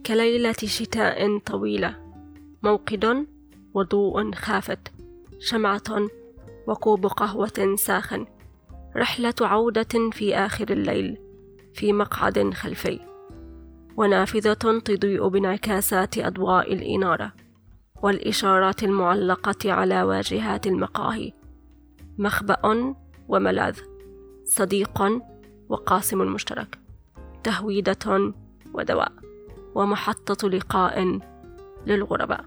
كليلة شتاء طويلة، موقد وضوء خافت، شمعة وكوب قهوة ساخن، رحلة عودة في آخر الليل في مقعد خلفي، ونافذة تضيء بانعكاسات أضواء الإنارة والإشارات المعلقة على واجهات المقاهي، مخبأ وملاذ، صديق وقاسم مشترك، تهويدة ودواء، ومحطة لقاء للغرباء.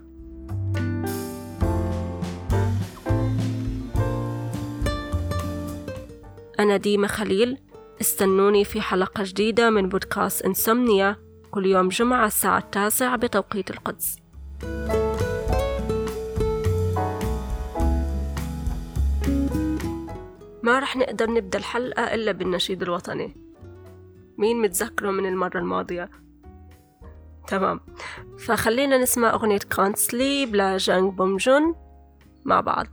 أنا ديما خليل، استنوني في حلقة جديدة من بودكاست إنسومنيا كل يوم جمعة الساعة 9 بتوقيت القدس. ما رح نقدر نبدأ الحلقة إلا بالنشيد الوطني. مين متذكره من المرة الماضية؟ تمام، فخلينا نسمع أغنية Can't Sleep لجانغ بومجون مع بعض.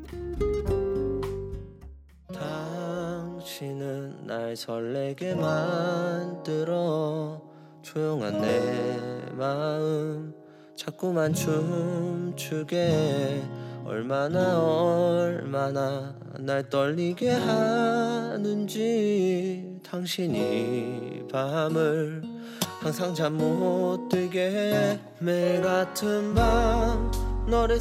당신은 날 설레게 만들어 조용한 내 마음 자꾸만 춤추게 얼마나 날 떨리게 하는지 당신이 밤을 항상 잠 못 들게 매일 같은 밤 너를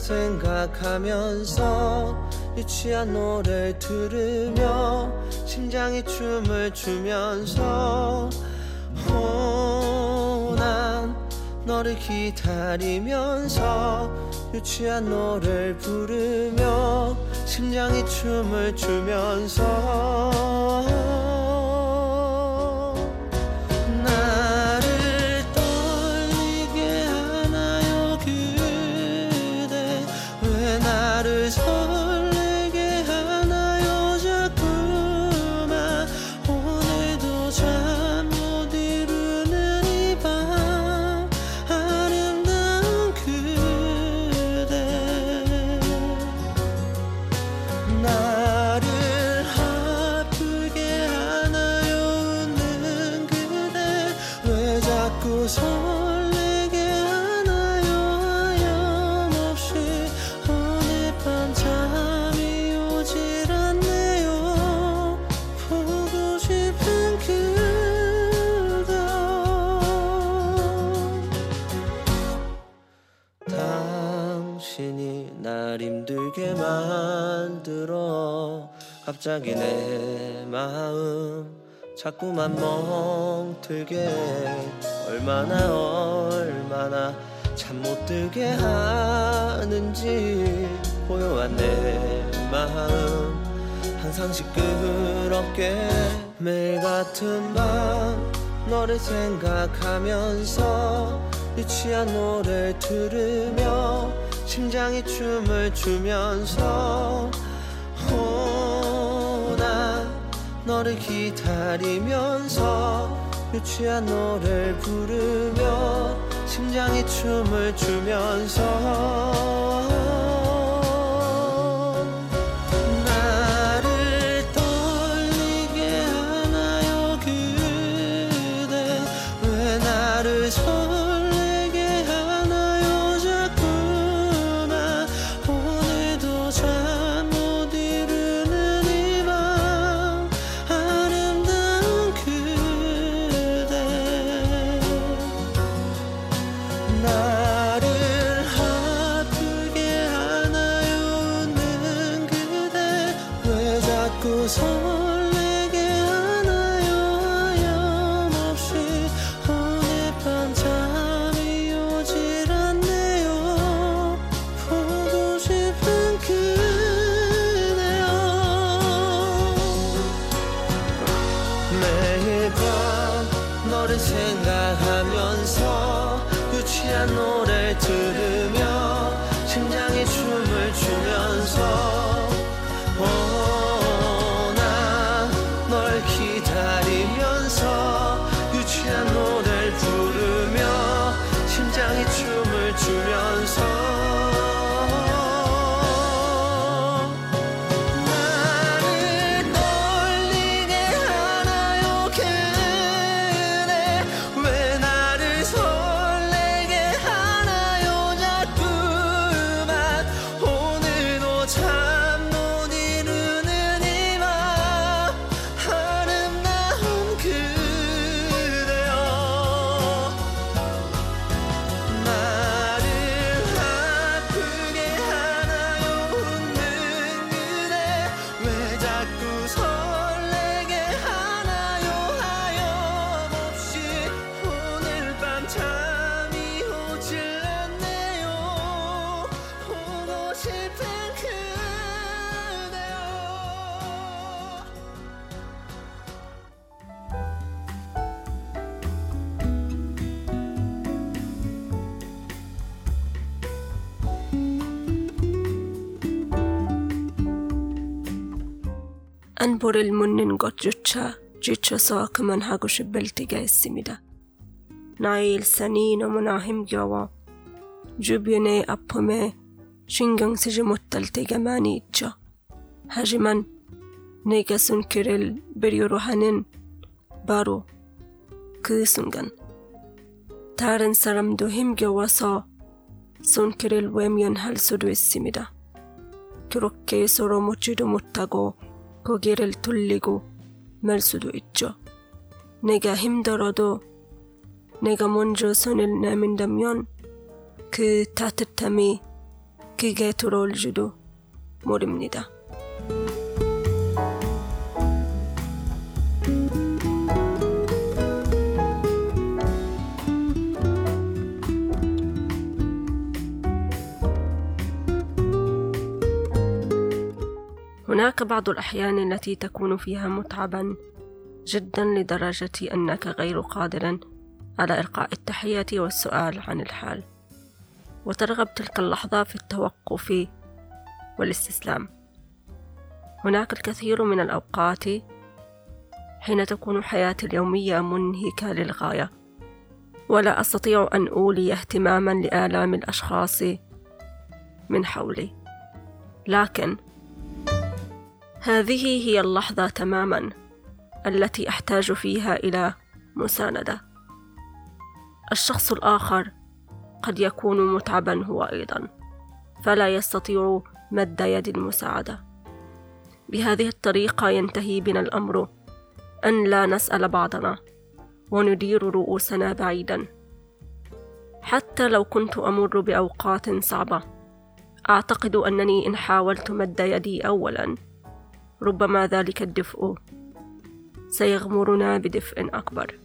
생각하면서 유치한 노래를 들으며 심장이 춤을 추면서 난 너를 기다리면서 유치한 노래를 부르며 심장이 춤을 추면서 나를 떨리게 하나요 그대 왜 나를 설레게 하나요 자꾸만 오늘도 잠 못 이루는 이 밤 아름다운 그대 나를 아프게 하나요 웃는 그대 왜 자꾸 설레게 하나요 하염없이 오늘 밤 잠이 오질 않네요 보고 싶은 그대 당신이 날 힘들게 만들어 갑자기 내 마음 자꾸만 멍들게 얼마나 잠 못 들게 하는지 고요한 내 마음 항상 시끄럽게 매일 같은 밤 너를 생각하면서 유치한 노래를 들으며 심장이 춤을 추면서 난 너를 기다리면서 유치한 노래를 부르며 심장이 춤을 추면서 나를 떨리게 하나요 그대 왜 나를 설레게 하나요 자꾸만 오늘도 잠 못 이루는 이 밤 아름다운 그대 나를 아프게 하나요 웃는 그대 왜 자꾸 설레게 하나요 하염없이 오늘 밤 잠이 오질 않네요 보고 싶은 그대요 매일 밤 너를 생각하면서 유치한 노래를 들으며 심장이 춤을 추면서 난 널 기다리면서 유치한 노래를 부르며 심장이 춤을 추면서 나를 떨리게 하나요 그대 왜 나를 설레게 أنبر المنن قد جتشا ساكمن هاقو شبلتقا السميدة نايل سنين مناهم جوا جبيني أبومي شنغن سجمتلتقا مانيتشا هاجمن نيجا سنكرل بريوروهانين بارو كيسنغن تارن سرمدو هم جواسا سنكرل ويمين هل سدو السميدة كروكي سورو موچيدو متاغو كوغيرل توليغو ملسدو إجو نيجا هم درادو نيجا منجو سنل نامن دميون كي تاتتامي كي جيتو رول جدو مرمنيدا. هناك بعض الأحيان التي تكون فيها متعبا جدا لدرجة أنك غير قادر على إلقاء التحية والسؤال عن الحال، وترغب تلك اللحظة في التوقف والاستسلام. هناك الكثير من الأوقات حين تكون حياتي اليومية منهكة للغاية، ولا أستطيع أن أولي اهتماما لآلام الأشخاص من حولي، لكن هذه هي اللحظة تماما التي أحتاج فيها إلى مساندة. الشخص الآخر قد يكون متعبا هو أيضا، فلا يستطيع مد يد المساعدة. بهذه الطريقة ينتهي بنا الأمر أن لا نسأل بعضنا وندير رؤوسنا بعيدا. حتى لو كنت أمر بأوقات صعبة، أعتقد أنني إن حاولت مد يدي أولا ربما ذلك الدفء سيغمرنا بدفء أكبر.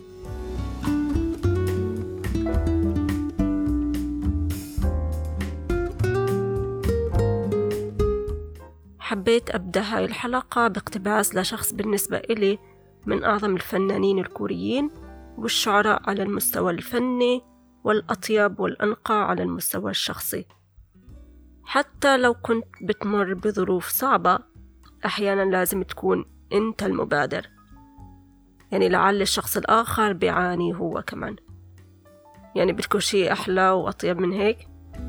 حبيت أبدأ هاي الحلقة باقتباس لشخص بالنسبة إلي من أعظم الفنانين الكوريين والشعراء على المستوى الفني، والأطيب والأنقى على المستوى الشخصي. حتى لو كنت بتمر بظروف صعبة، أحيانا لازم تكون أنت المبادر، يعني لعل الشخص الآخر بيعاني هو كمان. يعني بدكم شيء أحلى وأطيب من هيك؟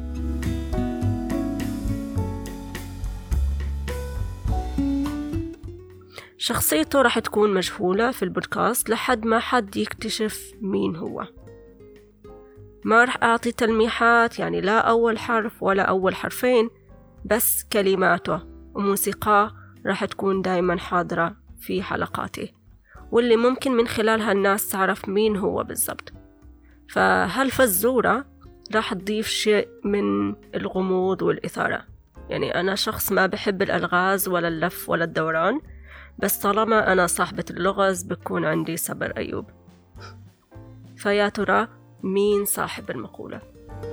شخصيته رح تكون مجهولة في البودكاست لحد ما حد يكتشف مين هو. ما رح أعطي تلميحات، يعني لا أول حرف ولا أول حرفين، بس كلماته وموسيقاه رح تكون دايما حاضرة في حلقاتي، واللي ممكن من خلالها الناس تعرف مين هو بالضبط. فهالفزورة رح تضيف شيء من الغموض والإثارة. يعني أنا شخص ما بحب الألغاز ولا اللف ولا الدوران، بس طالما أنا صاحبة اللغز بكون عندي صبر أيوب. فيا ترى مين صاحب المقولة؟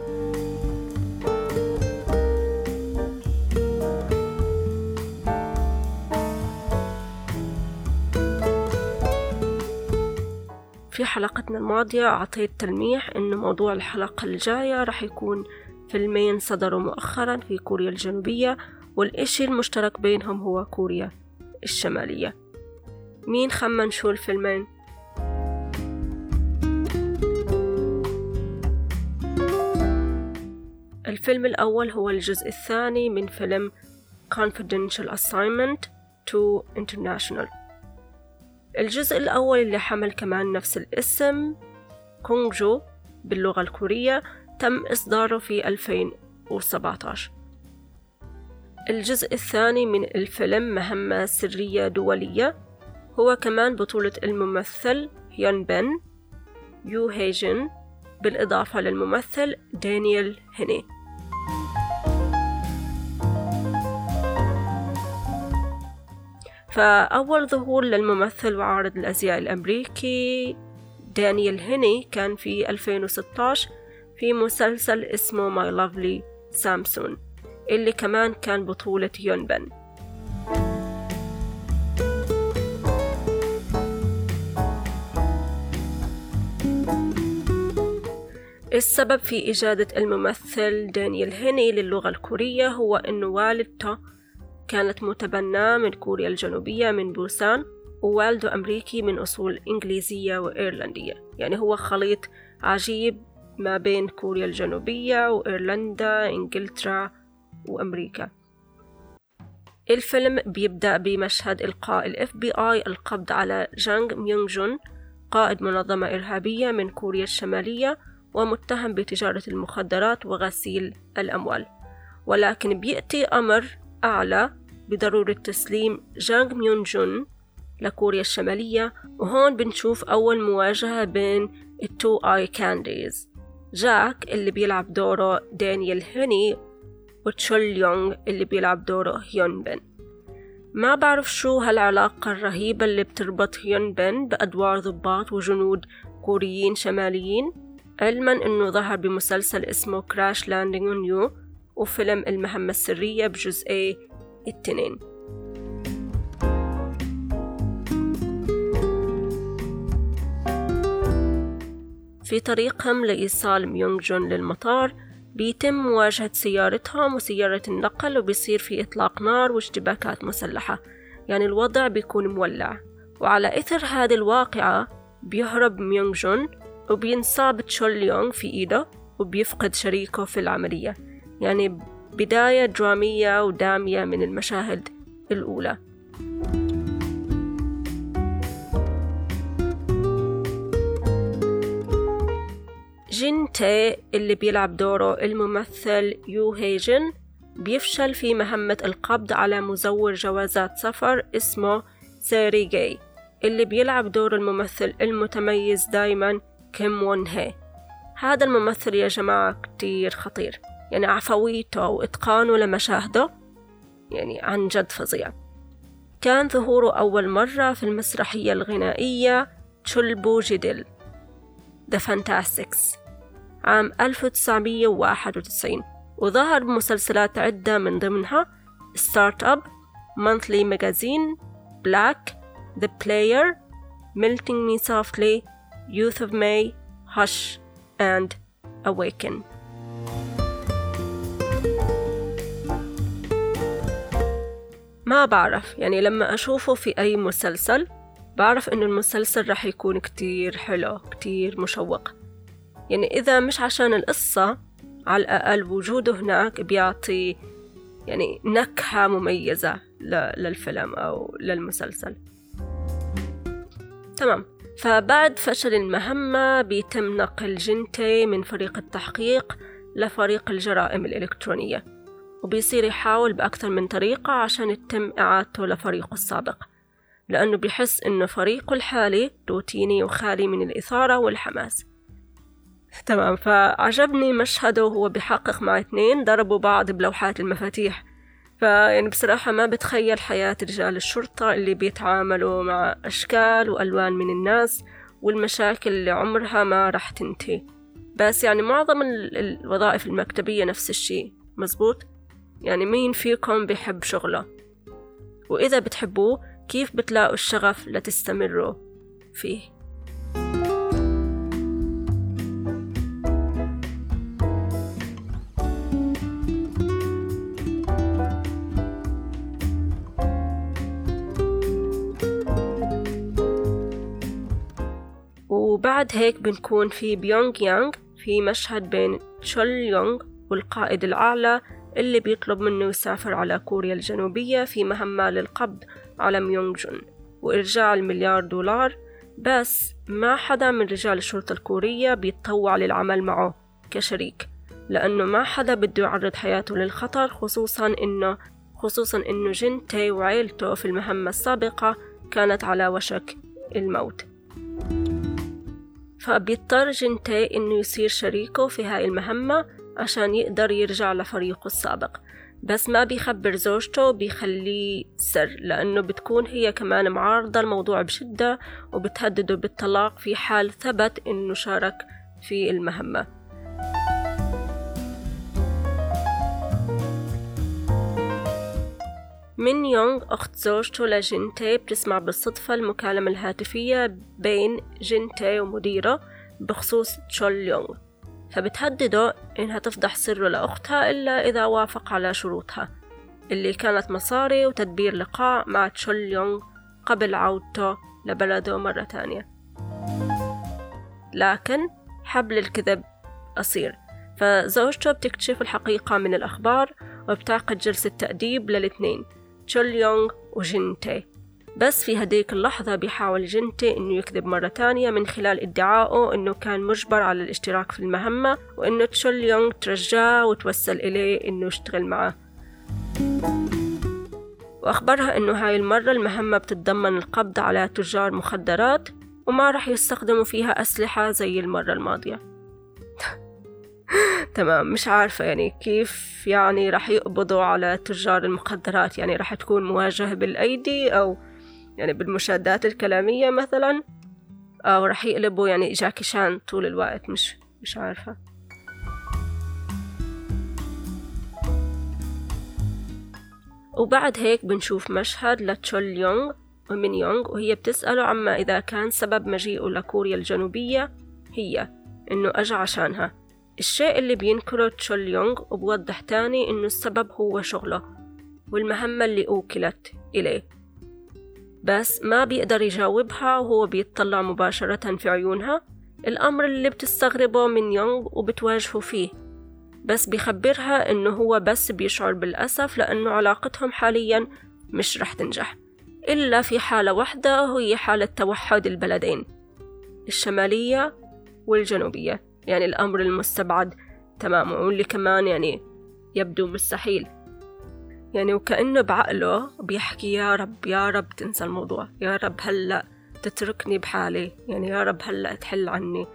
في حلقتنا الماضية أعطيت تلميح إنه موضوع الحلقة الجاية رح يكون فيلمين صدروا مؤخرا في كوريا الجنوبية، والإشي المشترك بينهم هو كوريا الشمالية. مين خمن شو الفيلمين؟ الفيلم الأول هو الجزء الثاني من فيلم Confidential Assignment to International. الجزء الأول اللي حمل كمان نفس الاسم كونجو باللغة الكورية تم إصداره في 2017. الجزء الثاني من الفيلم مهمة سرية دولية، هو كمان بطولة الممثل هيون بن، يو هيجن، بالإضافة للممثل دانيال هيني. فأول ظهور للممثل وعارض الأزياء الأمريكي دانيال هيني كان في 2016 في مسلسل اسمه My Lovely Samson، اللي كمان كان بطولة هيون بن. السبب في إجادة الممثل دانيال هيني للغة الكورية هو أن والدته كانت متبناة من كوريا الجنوبية من بوسان، ووالده أمريكي من أصول إنجليزية وإيرلندية. يعني هو خليط عجيب ما بين كوريا الجنوبية وإيرلندا، إنجلترا وأمريكا. الفيلم بيبدأ بمشهد إلقاء ال FBI القبض على جانغ ميونغ جون، قائد منظمة إرهابية من كوريا الشمالية ومتهم بتجارة المخدرات وغسيل الأموال. ولكن بيأتي أمر أعلى بضرورة تسليم جانغ ميونغ جون لكوريا الشمالية، وهون بنشوف أول مواجهة بين التو آي كانديز، جاك اللي بيلعب دوره دانيال هيني وتشول يونغ اللي بيلعب دوره هيون بن. ما بعرف شو هالعلاقة الرهيبة اللي بتربط هيون بن بأدوار ضباط وجنود كوريين شماليين، علما أنه ظهر بمسلسل اسمه كراش لاندينج اون يو وفيلم المهمة السرية بجزئي التنين. في طريقهم لإيصال ميونغ جون للمطار بيتم مواجهة سيارتهم وسيارة النقل، وبيصير في إطلاق نار واشتباكات مسلحة، يعني الوضع بيكون مولع. وعلى إثر هذه الواقعة بيهرب ميونغ جون وبينصاب تشول يونغ في إيده وبيفقد شريكه في العملية. يعني بداية درامية ودامية من المشاهد الأولى. جين تي اللي بيلعب دوره الممثل يو هي جين بيفشل في مهمة القبض على مزور جوازات سفر اسمه سيري جاي، اللي بيلعب دور الممثل المتميز دايما كيم وون هي. هذا الممثل يا جماعة كتير خطير، يعني عفويته وإتقانه لمشاهده يعني عن جد فظيع. كان ظهوره أول مرة في المسرحية الغنائية تشولبو جدل The Fantastics عام 1991، وظهر بمسلسلات عدة من ضمنها Start Up, Monthly Magazine, Black, The Player, Melting Me Softly, Youth of May, Hush and Awaken. ما بعرف، يعني لما أشوفه في أي مسلسل بعرف إنه المسلسل رح يكون كتير حلو كتير مشوق. يعني إذا مش عشان القصة على الأقل وجوده هناك بيعطي يعني نكهة مميزة للفيلم أو للمسلسل. تمام. فبعد فشل المهمة بيتم نقل جين تي من فريق التحقيق لفريق الجرائم الإلكترونية، وبيصير يحاول بأكثر من طريقة عشان يتم إعادته لفريقه السابق، لأنه بيحس إنه فريقه الحالي روتيني وخالي من الإثارة والحماس. تمام. فعجبني مشهده وهو بيحقق مع 2 ضربوا بعض بلوحات المفاتيح. فيعني بصراحة ما بتخيل حياة رجال الشرطة اللي بيتعاملوا مع أشكال وألوان من الناس والمشاكل اللي عمرها ما رح تنتهي. بس يعني معظم الوظائف المكتبية نفس الشيء، مزبوط؟ يعني مين فيكم بيحب شغله؟ وإذا بتحبوه كيف بتلاقوا الشغف لتستمروا فيه؟ وبعد هيك بنكون في بيونغ يانغ في مشهد بين تشول يونغ والقائد الأعلى اللي بيطلب منه يسافر على كوريا الجنوبية في مهمة للقبض على ميونغ جون وإرجاع $1,000,000. بس ما حدا من رجال الشرطة الكورية بيتطوع للعمل معه كشريك، لأنه ما حدا بده يعرض حياته للخطر، خصوصا إنه جين تي وعائلته في المهمة السابقة كانت على وشك الموت. فبيضطر جين تي إنه يصير شريكه في هاي المهمة عشان يقدر يرجع لفريقه السابق، بس ما بيخبر زوجته، بيخليه سر، لأنه بتكون هي كمان معارضة الموضوع بشدة وبتهدده بالطلاق في حال ثبت إنه شارك في المهمة. من يونغ أخت زوجته لجين تي بتسمع بالصدفة المكالمة الهاتفية بين جين تي ومديره بخصوص تشول يونغ، فبتهدده إنها تفضح سره لأختها إلا إذا وافق على شروطها. اللي كانت مصاري وتدبير لقاء مع تشول يونغ قبل عودته لبلده مرة تانية. لكن حبل الكذب قصير، فزوجته بتكتشف الحقيقة من الأخبار وبتعقد جلسة تأديب للاثنين تشول يونغ وجين تاي. بس في هديك اللحظة بيحاول جين تاي إنه يكذب مرة تانية من خلال ادعائه إنه كان مجبر على الاشتراك في المهمة، وإنه تشول يونغ ترجاه وتوسل إليه إنه يشتغل معه، وأخبرها إنه هاي المرة المهمة بتتضمن القبض على تجار مخدرات وما رح يستخدموا فيها أسلحة زي المرة الماضية. تمام، مش عارفة يعني كيف يعني رح يقبضوا على تجار المخدرات، يعني رح تكون مواجهة بالأيدي أو يعني بالمشادات الكلامية مثلا، أو رح يقلبوا يعني جاكي شان طول الوقت، مش عارفة. وبعد هيك بنشوف مشهد لتشول يونغ ومين يونغ وهي بتسأله عما إذا كان سبب مجيئه لكوريا الجنوبية هي إنه أجى عشانها، الشيء اللي بينكره تشول يونغ، وبوضح تاني إنه السبب هو شغله والمهمة اللي أوكلت إليه، بس ما بيقدر يجاوبها وهو بيطلع مباشرة في عيونها، الأمر اللي بتستغربه من يونغ وبتواجهه فيه، بس بيخبرها إنه هو بس بيشعر بالأسف لأنه علاقتهم حاليا مش رح تنجح إلا في حالة واحدة، وهي حالة توحد البلدين الشمالية والجنوبية، يعني الأمر المستبعد تماما واللي كمان يعني يبدو مستحيل يعني. وكأنه بعقله بيحكي يا رب تنسى الموضوع، يا رب هلأ تتركني بحالي، يعني يا رب هلأ تحل عني.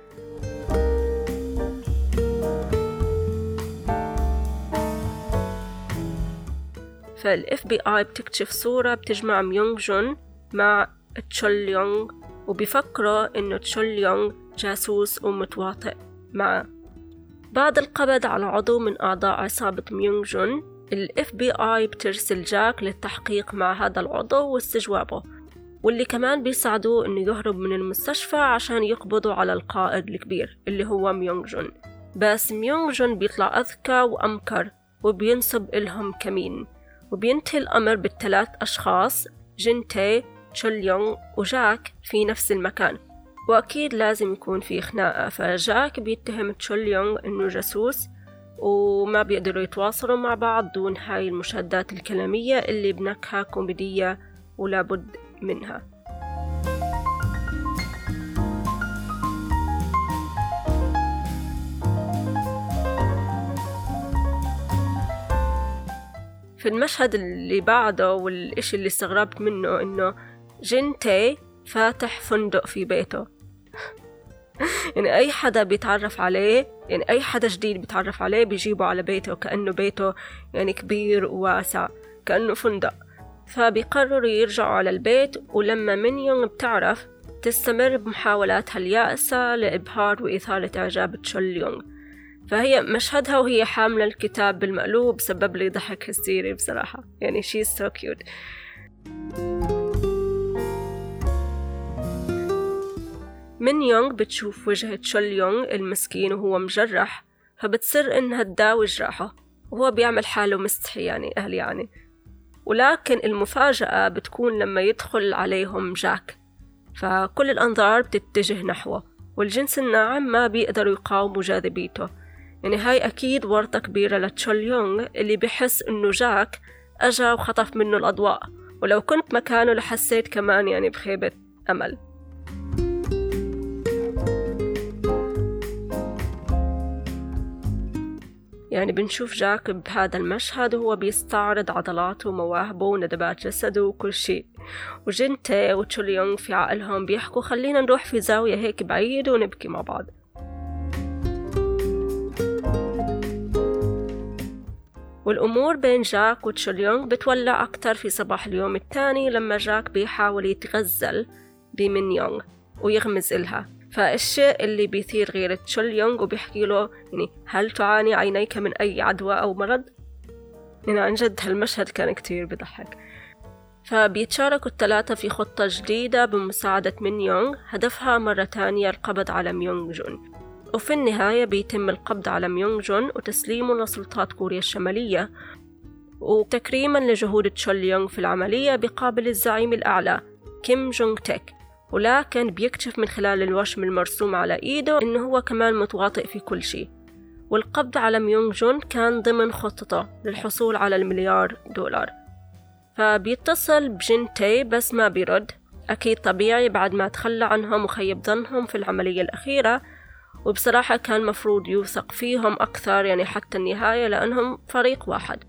فالإف بي آي بتكتشف صورة بتجمع ميونغ جون مع تشول يونغ، وبيفكروا إنه تشول يونغ جاسوس ومتواطئ معه. بعد القبض على عضو من أعضاء عصابة ميونغ جون، الإف بي آي بترسل جاك للتحقيق مع هذا العضو واستجوابه، واللي كمان بيساعدوه إنه يهرب من المستشفى عشان يقبضوا على القائد الكبير اللي هو ميونغ جون. بس ميونغ جون بيطلع أذكى وأمكر وبينصب إلهم كمين، وبينتهي الأمر بالثلاث أشخاص جين تاي تشول يونغ وجاك في نفس المكان، وأكيد لازم يكون في خناقة. فجاك بيتهم تشول يونغ إنه جاسوس وما بيقدروا يتواصلوا مع بعض دون هاي المشادات الكلامية اللي بنكهة كوميدية ولا بد منها. في المشهد اللي بعده والإشي اللي استغربت منه إنه جين تاي فاتح فندق في بيته. يعني أي حدا بيتعرف عليه، يعني أي حدا جديد بيتعرف عليه بيجيبه على بيته، كأنه بيته يعني كبير وواسع كأنه فندق. فبيقرروا يرجعوا على البيت، ولما مين يونغ بتعرف تستمر بمحاولاتها اليائسة لإبهار وإثارة إعجاب تشول يونغ. فهي مشهدها وهي حاملة الكتاب بالمقلوب سبب لي ضحك هستيري بصراحة، يعني she's so cute. مين يونغ بتشوف وجه تشول يونغ المسكين وهو مجرح، فبتصر إنها تداوي جراحه وهو بيعمل حاله مستحي يعني ولكن المفاجأة بتكون لما يدخل عليهم جاك، فكل الأنظار بتتجه نحوه والجنس الناعم ما بيقدروا يقاوموا جاذبيته. يعني هاي أكيد ورطة كبيرة لتشول يونغ اللي بيحس إنه جاك أجا وخطف منه الأضواء، ولو كنت مكانه لحسيت كمان يعني بخيبة أمل. يعني بنشوف جاك بهذا المشهد وهو بيستعرض عضلاته ومواهبه وندبات جسده وكل شيء، وجين تاي وتشول يونغ في عقلهم بيحكوا خلينا نروح في زاوية هيك بعيد ونبكي مع بعض. والأمور بين جاك وتشول يونغ بتولع أكتر في صباح اليوم الثاني لما جاك بيحاول يتغزل بمين يونغ ويغمز إلها. فالشيء اللي بيثير غيرة تشول يونغ وبيحكي له يعني هل تعاني عينيك من أي عدوى أو مرض؟ يعني عن جد هالمشهد كان كتير بضحك. فبيتشاركوا الثلاثة في خطة جديدة بمساعدة مين يونغ هدفها مرة تانية القبض على ميونغ جون، وفي النهاية بيتم القبض على ميونغ جون وتسليمه لسلطات كوريا الشمالية، وتكريما لجهود تشول يونغ في العملية بقابل الزعيم الأعلى كيم جونغ تك، ولكن بيكتشف من خلال الوشم المرسوم على إيده إنه هو كمان متواطئ في كل شيء. والقبض على ميونغ جون كان ضمن خطته للحصول على $1,000,000. فبيتصل بجين تاي بس ما بيرد، أكيد طبيعي بعد ما تخلى عنهم وخيب ظنهم في العملية الأخيرة، وبصراحة كان مفروض يوثق فيهم أكثر يعني حتى النهاية لأنهم فريق واحد.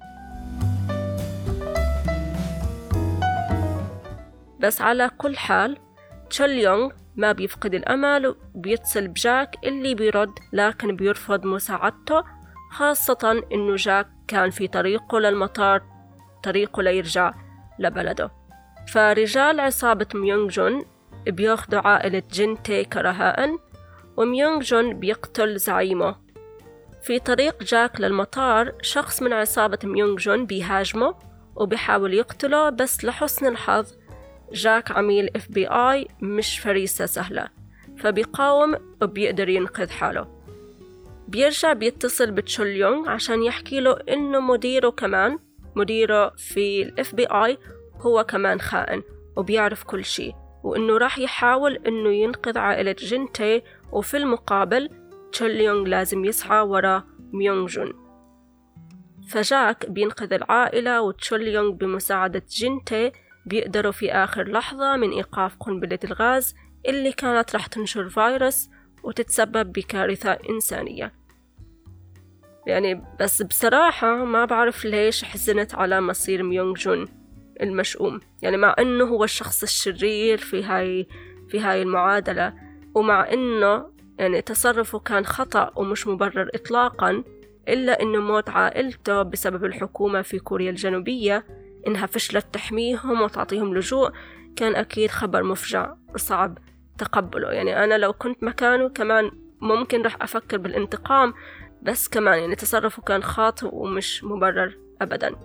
بس على كل حال تشول يونغ ما بيفقد الأمل وبيتصل بجاك اللي بيرد، لكن بيرفض مساعدته، خاصة إنه جاك كان في طريقه للمطار، طريقه ليرجع لبلده. فرجال عصابة ميونغ جون بياخدوا عائلة جين تاي كرهائن، وميونغ جون بيقتل زعيمه. في طريق جاك للمطار شخص من عصابة ميونغ جون بيهاجمه وبيحاول يقتله، بس لحسن الحظ جاك عميل FBI مش فريسة سهلة، فبيقاوم وبيقدر ينقذ حاله. بيرجع بيتصل بتشول يونغ عشان يحكي له إنه مديره في FBI هو كمان خائن وبيعرف كل شيء، وإنه راح يحاول إنه ينقذ عائلة جين تاي، وفي المقابل تشول يونغ لازم يسعى وراء ميونغ جون. فجاك بينقذ العائلة، وتشول يونغ بمساعدة جين تاي بيقدروا في آخر لحظة من إيقاف قنبلة الغاز اللي كانت رح تنشر فيروس وتتسبب بكارثة إنسانية. يعني بس بصراحة ما بعرف ليش حزنت على مصير ميونغ جون المشؤوم، يعني مع إنه هو الشخص الشرير في هاي المعادلة، ومع إنه يعني تصرفه كان خطأ ومش مبرر إطلاقا، إلا إنه موت عائلته بسبب الحكومة في كوريا الجنوبية إنها فشلت تحميهم وتعطيهم لجوء كان أكيد خبر مفجع وصعب تقبله. يعني أنا لو كنت مكانه كمان ممكن رح أفكر بالانتقام، بس كمان يعني تصرفه كان خاطئ ومش مبرر أبدا.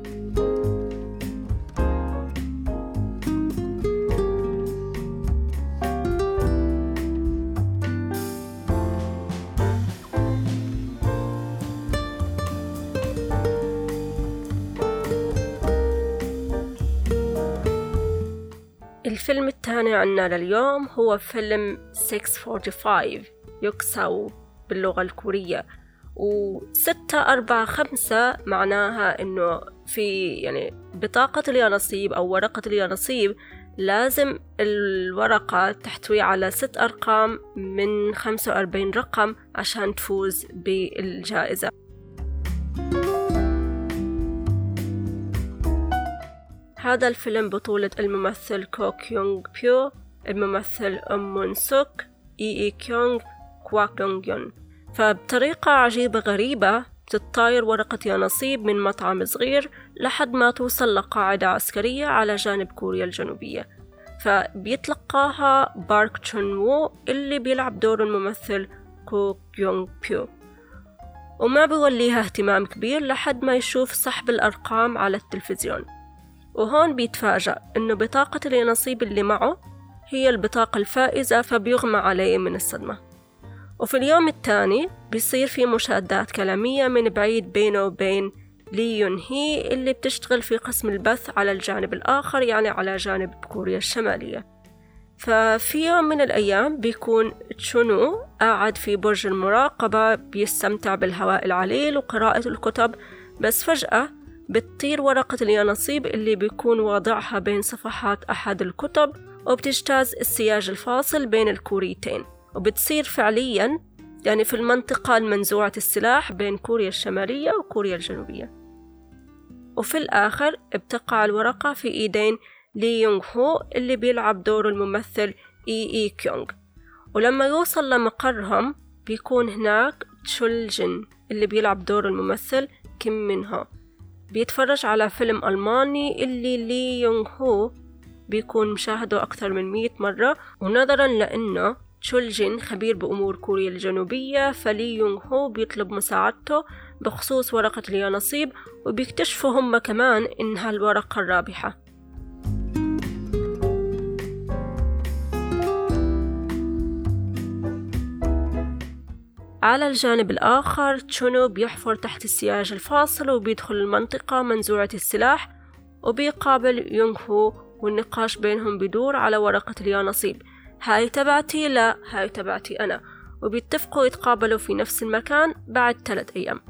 الفيلم الثاني عنا لليوم هو فيلم 645 يوكساو باللغة الكورية، و645 معناها إنه في يعني بطاقة اليانصيب أو ورقة اليانصيب لازم الورقة تحتوي على 6 أرقام من 45 رقم عشان تفوز بالجائزة. هذا الفيلم بطولة الممثل كو كيونغ بيو، الممثل مون سوك، إي كيونغ، كواك دونغ يون. فبطريقة عجيبة غريبة بتطاير ورقة يانصيب من مطعم صغير لحد ما توصل لقاعدة عسكرية على جانب كوريا الجنوبية، فبيتلقاها بارك تشون وو اللي بيلعب دور الممثل كو كيونغ بيو، وما بيوليها اهتمام كبير لحد ما يشوف سحب الأرقام على التلفزيون. وهون بيتفاجأ إنه بطاقة اليانصيب اللي معه هي البطاقة الفائزة، فبيغمى عليه من الصدمة. وفي اليوم الثاني بيصير في مشادات كلامية من بعيد بينه وبين لي يون هي اللي بتشتغل في قسم البث على الجانب الآخر، يعني على جانب كوريا الشمالية. ففي يوم من الأيام بيكون تشونو قاعد في برج المراقبة بيستمتع بالهواء العليل وقراءة الكتب، بس فجأة بتطير ورقة اليانصيب اللي بيكون واضعها بين صفحات أحد الكتب، وبتجتاز السياج الفاصل بين الكوريتين، وبتصير فعليا يعني في المنطقة المنزوعة السلاح بين كوريا الشمالية وكوريا الجنوبية. وفي الآخر بتقع الورقة في إيدين لي يونغ هو اللي بيلعب دور الممثل إي كيونغ. ولما يوصل لمقرهم بيكون هناك تشول جين اللي بيلعب دور الممثل كيم من هو، بيتفرج على فيلم ألماني اللي لي يونغ هو بيكون مشاهده أكثر من 100 مرة. ونظرا لأنه تشول جين خبير بأمور كوريا الجنوبية، فلي يونغ هو بيطلب مساعدته بخصوص ورقة اليانصيب، وبيكتشفوا هم كمان إنها الورقة الرابحة. على الجانب الآخر تشونو بيحفر تحت السياج الفاصل وبيدخل المنطقة منزوعة السلاح وبيقابل يونغ هو، والنقاش بينهم بيدور على ورقة اليانصيب، هاي تبعتي لا هاي تبعتي أنا، وبيتفقوا يتقابلوا في نفس المكان بعد 3 أيام.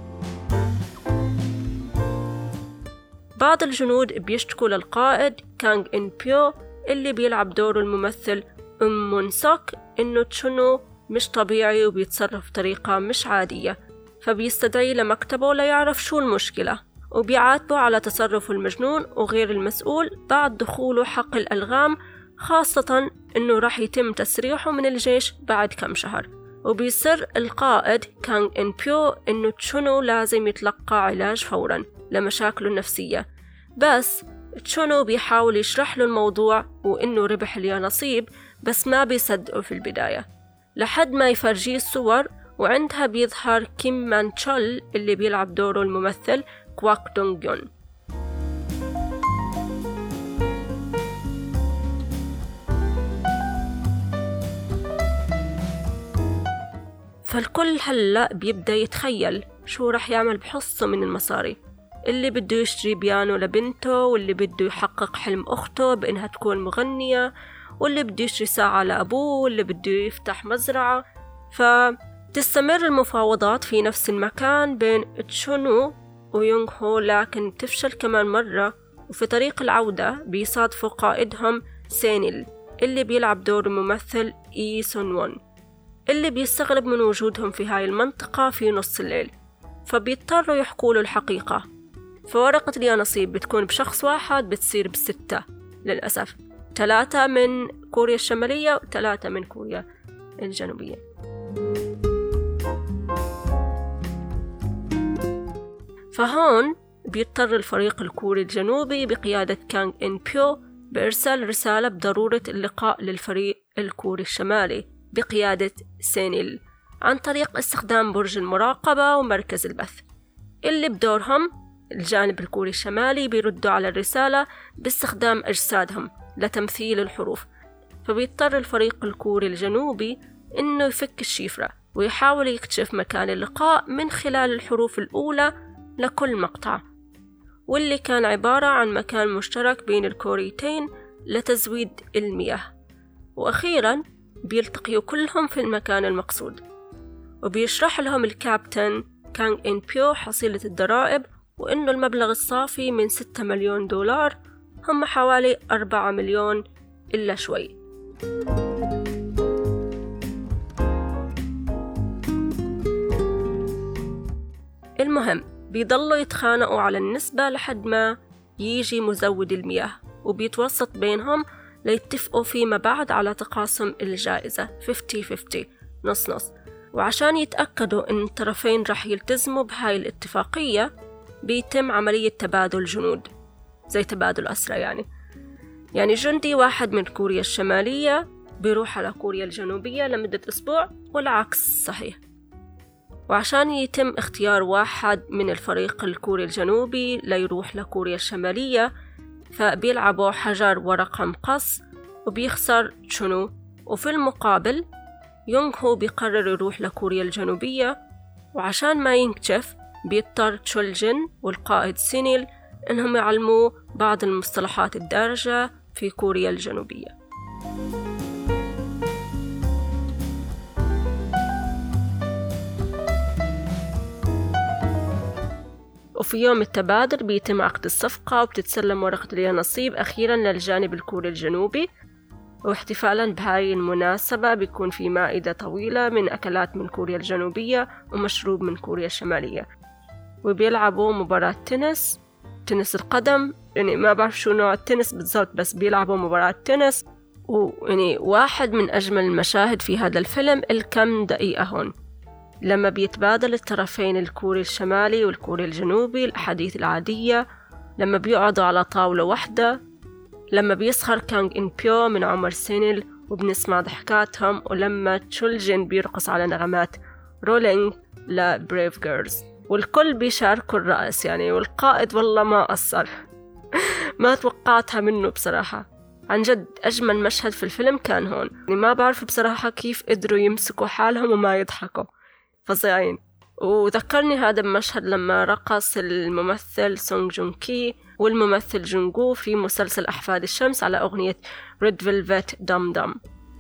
بعض الجنود بيشتكوا للقائد كانغ إن بيو اللي بيلعب دور الممثل مون سوك إنه تشونو مش طبيعي وبيتصرف بطريقة مش عادية، فبيستدعي لمكتبه ليعرف شو المشكلة، وبيعاتبه على تصرفه المجنون وغير المسؤول بعد دخوله حقل الألغام، خاصة إنه راح يتم تسريحه من الجيش بعد كم شهر. وبيصر القائد كانغ إن بيو إنه تشونو لازم يتلقى علاج فورا لمشاكله النفسية، بس تشونو بيحاول يشرح له الموضوع وإنه ربح اليانصيب، بس ما بيصدقه في البداية لحد ما يفرجيه الصور، وعندها بيظهر كيم مان تشول اللي بيلعب دوره الممثل كواك دونغ يون. فالكل هلأ بيبدأ يتخيل شو رح يعمل بحصه من المصاري، اللي بده يشتري بيانو لبنته، واللي بده يحقق حلم أخته بإنها تكون مغنية، واللي بده يشتري ساعة لأبوه، واللي بده يفتح مزرعة. فتستمر المفاوضات في نفس المكان بين تشونو ويونغ هو، لكن تفشل كمان مرة، وفي طريق العودة بيصادفوا قائدهم سينيل اللي بيلعب دور الممثل إي سون وون، اللي بيستغرب من وجودهم في هاي المنطقة في نص الليل، فبيضطروا يحكوا له الحقيقة. فورقة اليانصيب بتكون بشخص واحد بتصير ب6 للأسف، 3 من كوريا الشمالية و3 من كوريا الجنوبية. فهون بيضطر الفريق الكوري الجنوبي بقيادة كانغ إن بيو بإرسال رسالة بضرورة اللقاء للفريق الكوري الشمالي بقيادة سينيل عن طريق استخدام برج المراقبة ومركز البث، اللي بدورهم الجانب الكوري الشمالي بيردوا على الرسالة باستخدام أجسادهم لتمثيل الحروف. فبيضطر الفريق الكوري الجنوبي إنه يفك الشفرة ويحاول يكتشف مكان اللقاء من خلال الحروف الأولى لكل مقطع، واللي كان عبارة عن مكان مشترك بين الكوريتين لتزويد المياه. وأخيراً بيلتقيوا كلهم في المكان المقصود، وبيشرح لهم الكابتن كانغ إن بيو حصيلة الضرائب، وإنه المبلغ الصافي من 6 مليون دولار هم حوالي 4 مليون إلا شوي. المهم بيضلوا يتخانقوا على النسبة لحد ما يجي مزود المياه، وبيتوسط بينهم ليتفقوا فيما بعد على تقاسم الجائزة 50-50 نص نص. وعشان يتأكدوا إن الطرفين رح يلتزموا بهاي الاتفاقية بيتم عملية تبادل جنود، زي تبادل أسرى يعني جندي واحد من كوريا الشمالية بيروح على كوريا الجنوبية لمدة أسبوع، والعكس صحيح. وعشان يتم اختيار واحد من الفريق الكوري الجنوبي ليروح لكوريا الشمالية، فبيلعبوا حجر ورقة مقص وبيخسر تشونو، وفي المقابل يونغ هو بيقرر يروح لكوريا الجنوبية، وعشان ما ينكشف بيضطر تشولجن والقائد سينيل إنهم يعلموا بعض المصطلحات الدارجة في كوريا الجنوبية. وفي يوم التبادل بيتم عقد الصفقة، وبتتسلم ورقة اليانصيب أخيرا للجانب الكوري الجنوبي. واحتفالا بهاي المناسبة بيكون في مائدة طويلة من أكلات من كوريا الجنوبية ومشروب من كوريا الشمالية، وبيلعبوا مباراة تنس القدم، يعني ما بعرف شو نوع التنس بالضبط، بس بيلعبوا مباراة تنس. ويعني واحد من أجمل المشاهد في هذا الفيلم الكم دقيقة هون لما بيتبادل الطرفين الكوري الشمالي والكوري الجنوبي الأحاديث العادية، لما بيقعدوا على طاولة واحدة، لما بيسخر كانغ إن بيو من عمر سينيل وبنسمع ضحكاتهم، ولما تشولجن بيرقص على نغمات رولينج لبريف جيرلز، والكل بيشاركوا الرأس والقائد والله ما قصر. ما توقعتها منه بصراحة، عن جد أجمل مشهد في الفيلم كان هون. ما بعرف بصراحة كيف قدروا يمسكوا حالهم وما يضحكوا، فظيعين. وذكرني هذا المشهد لما رقص الممثل سونغ جون كي والممثل جونغو في مسلسل أحفاد الشمس على أغنية ريد فيلفت دام دام.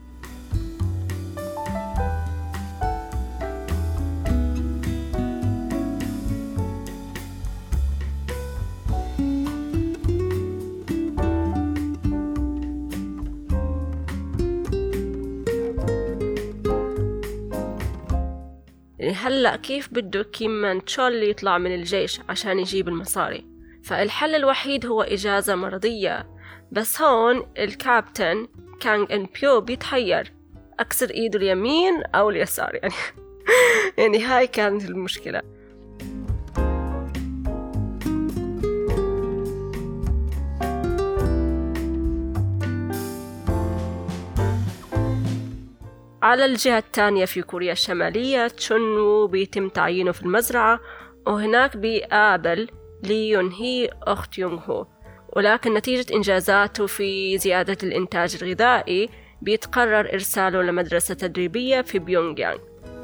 هلأ كيف بده كيم مان تشول يطلع من الجيش عشان يجيب المصاري؟ فالحل الوحيد هو إجازة مرضية. بس هون الكابتن كانغ إن بيو بيتحير أكسر إيده اليمين أو اليسار يعني هاي كانت المشكلة. على الجهة الثانية في كوريا الشمالية تشون وو بيتم تعيينه في المزرعة، وهناك بيقابل لي يون هي أخت يونغ هو، ولكن نتيجة إنجازاته في زيادة الإنتاج الغذائي بيتقرر إرساله لمدرسة تدريبية في بيونغ يانغ.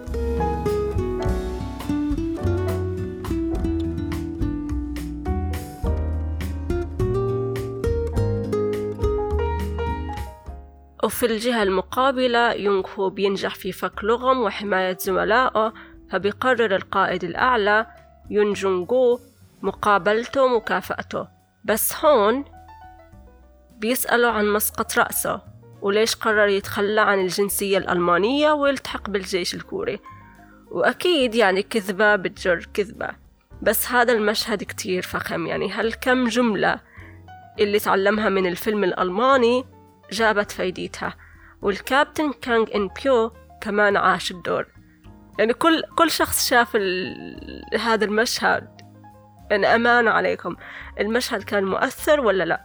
وفي الجهة المقابلة يونغ هو بينجح في فك لغم وحماية زملائه، فبيقرر القائد الأعلى يون جونغو مقابلته ومكافأته. بس هون بيسأله عن مسقط رأسه وليش قرر يتخلى عن الجنسية الألمانية ويلتحق بالجيش الكوري. وأكيد يعني كذبة بتجر كذبة، بس هذا المشهد كتير فخم. يعني هالكم جملة اللي تعلمها من الفيلم الألماني جابت فايدتها، والكابتن كانغ إن بيو كمان عاش الدور. يعني كل شخص شاف هذا المشهد، يعني أمان عليكم، المشهد كان مؤثر ولا لا؟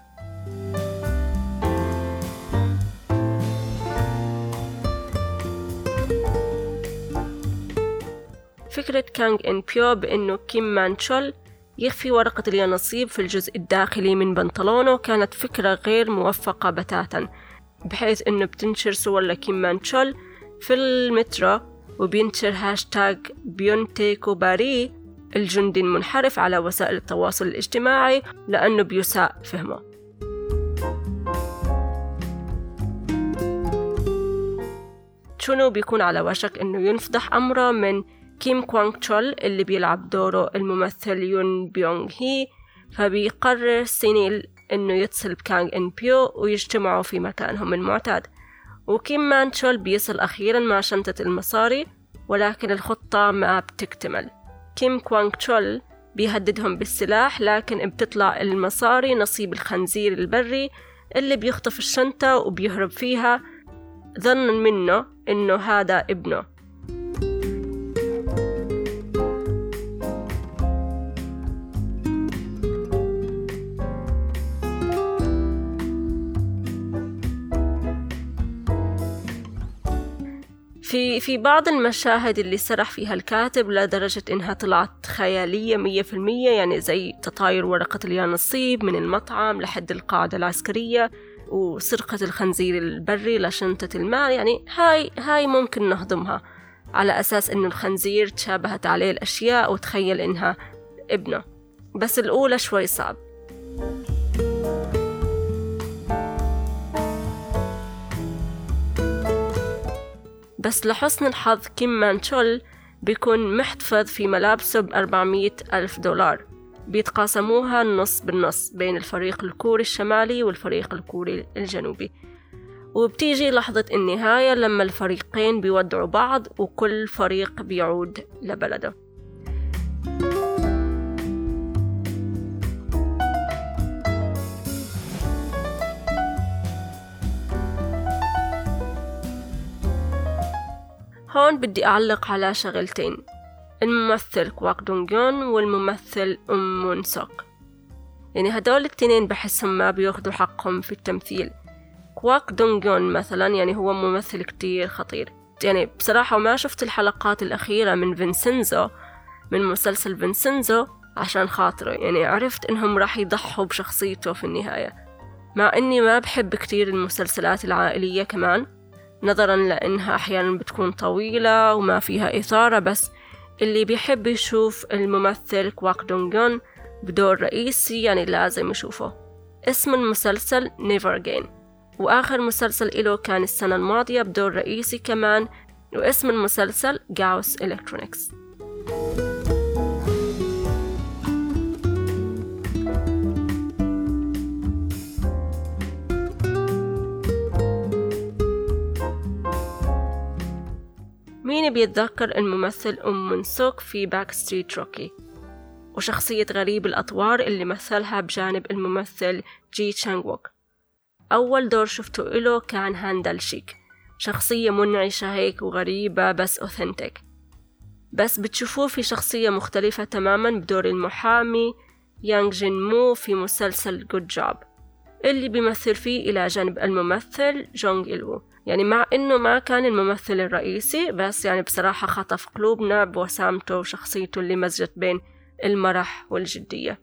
فكرة كانغ إن بيو بأنه كيم مان تشول يخفي ورقة اليانصيب في الجزء الداخلي من بنطلونه كانت فكرة غير موفقة بتاتا، بحيث أنه بتنشر صور لكيم مان تشول في المترو وبينشر هاشتاج بيونتيكو باري الجندي المنحرف على وسائل التواصل الاجتماعي لأنه بيساء فهمه. تشونو بيكون على وشك أنه ينفضح أمره من كيم كوانغ تشول اللي بيلعب دوره الممثل يون بيونغ هي، فبيقرر سينيل إنه يتصل بكانغ إن بيو ويجتمعوا في مكانهم المعتاد. وكيم مان تشول بيصل أخيرا مع شنطة المصاري، ولكن الخطة ما بتكتمل. كيم كوانغ تشول بيهددهم بالسلاح، لكن بتطلع المصاري نصيب الخنزير البري اللي بيخطف الشنطة وبيهرب فيها ظنا منه إنه هذا ابنه. في بعض المشاهد اللي سرح فيها الكاتب لدرجة إنها طلعت خيالية 100%، يعني زي تطاير ورقة اليانصيب من المطعم لحد القاعدة العسكرية وسرقة الخنزير البري لشنطة المال. يعني هاي ممكن نهضمها على أساس إنه الخنزير تشابهت عليه الأشياء وتخيل إنها ابنه، بس الأولى شوي صعب. بس لحسن الحظ كيم مان تشول بيكون محتفظ في ملابسه $400,000 بيتقاسموها النص بالنص بين الفريق الكوري الشمالي والفريق الكوري الجنوبي. وبتيجي لحظة النهاية لما الفريقين بيودعوا بعض وكل فريق بيعود لبلده. هون بدي أعلق على شغلتين، الممثل كواك دونغ يون والممثل مون سوك. يعني هدول التنين بحسهم ما بياخدوا حقهم في التمثيل. كواك دونغ يون مثلا يعني هو ممثل كتير خطير، يعني بصراحة ما شفت الحلقات الأخيرة من فينسنزو من مسلسل فينسنزو عشان خاطره، يعني عرفت إنهم راح يضحوا بشخصيته في النهاية، مع إني ما بحب كتير المسلسلات العائلية كمان نظرا لأنها أحيانا بتكون طويلة وما فيها إثارة. بس اللي بيحب يشوف الممثل كواك دونغ يون بدور رئيسي يعني لازم يشوفه. اسم المسلسل Never Again، وآخر مسلسل إله كان السنة الماضية بدور رئيسي كمان، واسم المسلسل Gauss Electronics. مين بيتذكر الممثل من سوك في باك ستريت روكي، وشخصية غريب الأطوار اللي مثلها بجانب الممثل جي تشانغ ووك؟ أول دور شفته إله كان هاندل شيك، شخصية منعشة هيك وغريبة بس أوثنتيك، بس بتشوفوه في شخصية مختلفة تماما بدور المحامي يانغ جين مو في مسلسل جود جوب اللي بيمثل فيه إلى جانب الممثل جونغ إلو. يعني مع إنه ما كان الممثل الرئيسي، بس يعني بصراحة خطف قلوبنا بوسامته وشخصيته اللي مزجت بين المرح والجدية.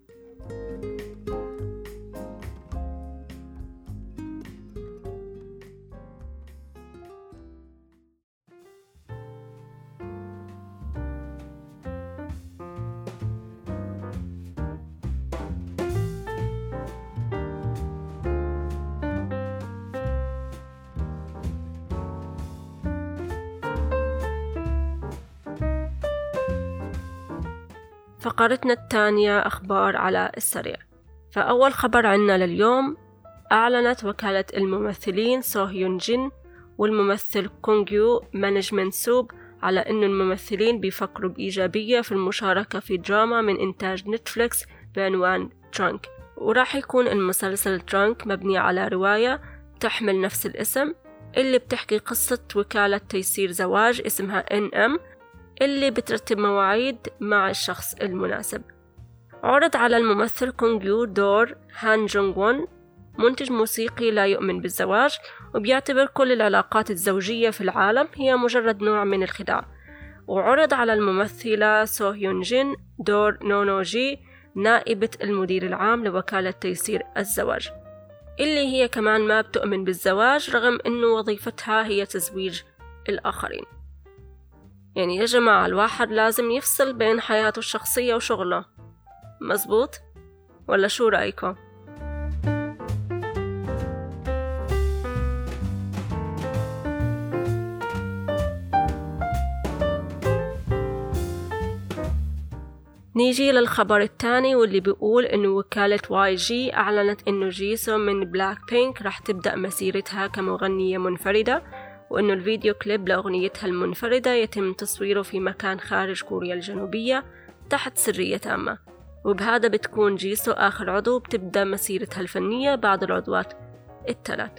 فقرتنا الثانية أخبار على السريع. فأول خبر عنا لليوم، أعلنت وكالة الممثلين سو هيون جين والممثل كونغ يو مانجمنت سوب على أن الممثلين بيفكروا بإيجابية في المشاركة في دراما من إنتاج نتفليكس بعنوان ترانك، وراح يكون المسلسل ترانك مبني على رواية تحمل نفس الاسم اللي بتحكي قصة وكالة تيسير زواج اسمها NM اللي بترتب مواعيد مع الشخص المناسب. عرض على الممثل كونغ يو دور هان جونغ وون، منتج موسيقي لا يؤمن بالزواج وبيعتبر كل العلاقات الزوجية في العالم هي مجرد نوع من الخداع. وعرض على الممثلة سو هيون جين دور نونو جي، نائبة المدير العام لوكالة تيسير الزواج اللي هي كمان ما بتؤمن بالزواج رغم أنه وظيفتها هي تزويج الآخرين. يعني يا جماعة الواحد لازم يفصل بين حياته الشخصية وشغله، مزبوط؟ ولا شو رأيكم؟ نيجي للخبر الثاني واللي بيقول إنه وكالة YG أعلنت إنه جيسو من بلاك بينك رح تبدأ مسيرتها كمغنية منفردة، وإنه الفيديو كليب لأغنيتها المنفردة يتم تصويره في مكان خارج كوريا الجنوبية تحت سرية تامة، وبهذا بتكون جيسو آخر عضو بتبدأ مسيرتها الفنية بعد العضوات الثلاث.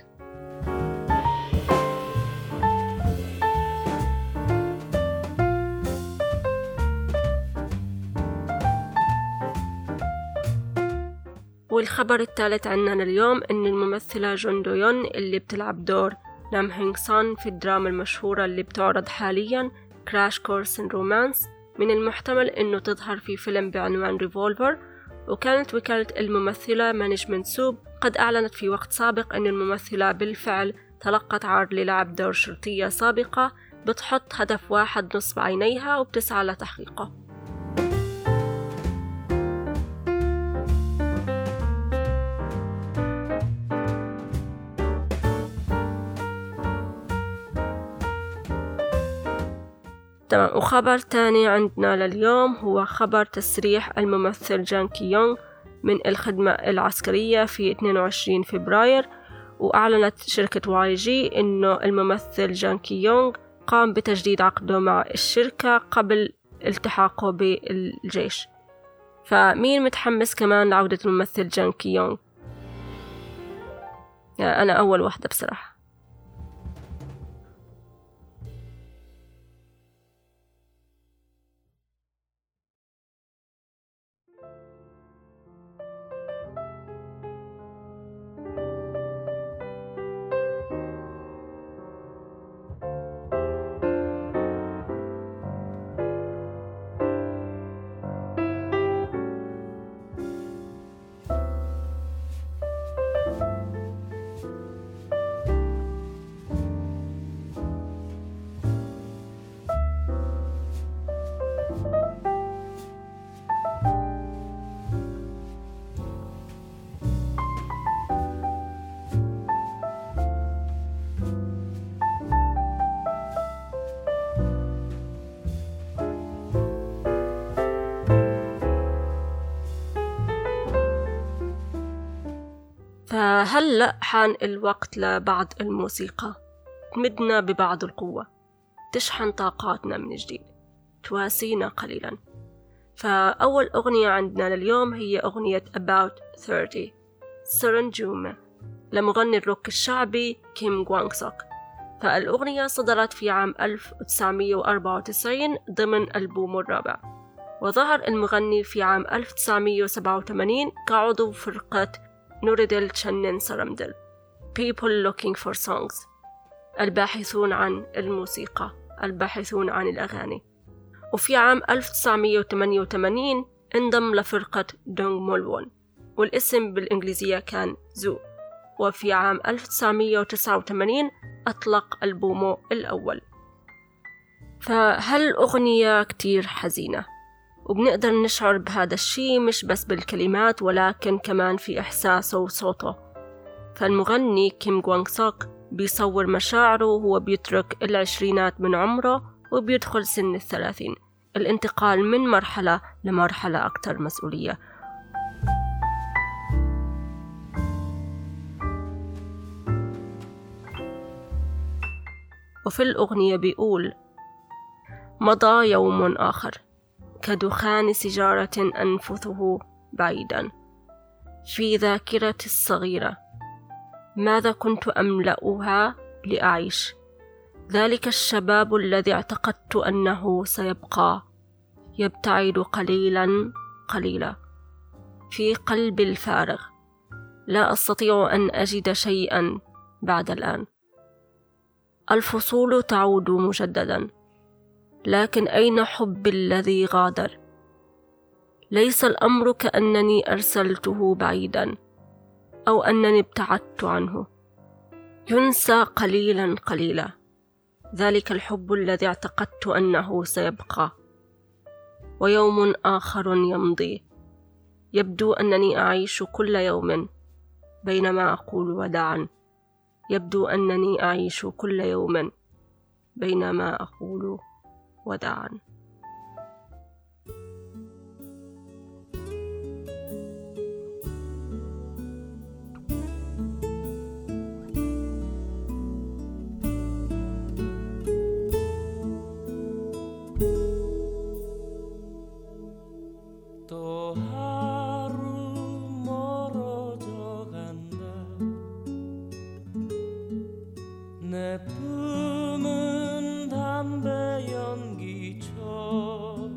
والخبر الثالث عنا اليوم إن الممثلة جون دو يون اللي بتلعب دور نام هينغ سون في الدراما المشهورة اللي بتعرض حاليا كراش كورس إن رومانس من المحتمل إنه تظهر في فيلم بعنوان ريفولفر. وكانت وكالة الممثلة مانجمنت سوب قد أعلنت في وقت سابق أن الممثلة بالفعل تلقت عرض للعب دور شرطية سابقة بتحط هدف واحد نصب عينيها وبتسعى لتحقيقه. تمام. وخبر تاني عندنا لليوم هو خبر تسريح الممثل جان كي يونغ من الخدمة العسكرية في 22 فبراير. وأعلنت شركة YG إنه الممثل جان كي يونغ قام بتجديد عقده مع الشركة قبل التحاقه بالجيش. فمين متحمس كمان لعودة الممثل جان كي يونغ؟ يعني أنا أول واحدة بصراحة. فهلأ حان الوقت لبعض الموسيقى تمدنا ببعض القوة، تشحن طاقاتنا من جديد، تواسينا قليلا. فأول أغنية عندنا لليوم هي أغنية About 30 سرنجوم لمغني الروك الشعبي كيم جوانغ سوك. فالأغنية صدرت في عام 1994 ضمن ألبومه الرابع، وظهر المغني في عام 1987 كعضو فرقة نوريدل تشنن سرمدل People Looking for Songs، الباحثون عن الموسيقى، الباحثون عن الأغاني. وفي عام 1988 انضم لفرقة دونغ مولوون، والاسم بالإنجليزية كان زو. وفي عام 1989 أطلق ألبومه الأول. فهالأغنية كتير حزينة، وبنقدر نشعر بهذا الشيء مش بس بالكلمات ولكن كمان في إحساسه وصوته. فالمغني كيم جوانغ سوك بيصور مشاعره وهو بيترك العشرينات من عمره وبيدخل سن 30، الانتقال من مرحلة لمرحلة أكثر مسؤولية. وفي الأغنية بيقول: مضى يوم آخر كدخان سجارة أنفثه بعيدا في ذاكرتي الصغيرة، ماذا كنت أملأها لأعيش؟ ذلك الشباب الذي اعتقدت أنه سيبقى يبتعد قليلا قليلا في قلبي الفارغ، لا أستطيع أن أجد شيئا بعد الآن. الفصول تعود مجددا، لكن أين حبي الذي غادر؟ ليس الأمر كأنني أرسلته بعيدا أو أنني ابتعدت عنه، ينسى قليلا قليلا ذلك الحب الذي اعتقدت أنه سيبقى. ويوم آخر يمضي، يبدو أنني أعيش كل يوم بينما أقول وداعا، يبدو أنني أعيش كل يوم بينما أقول وداعا. 또 하루 멀어져 간다. 내 품은 담배 연기처럼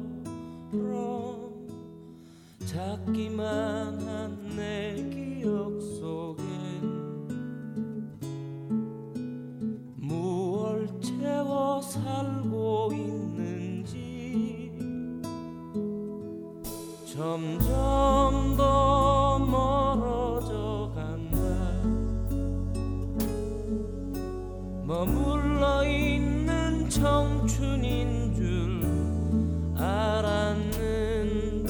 작기만 한 내 기억 속엔 무얼 채워 살고 있는지 점점 더 멀어져 간다. 머물러 있는 청춘인 줄 알았는데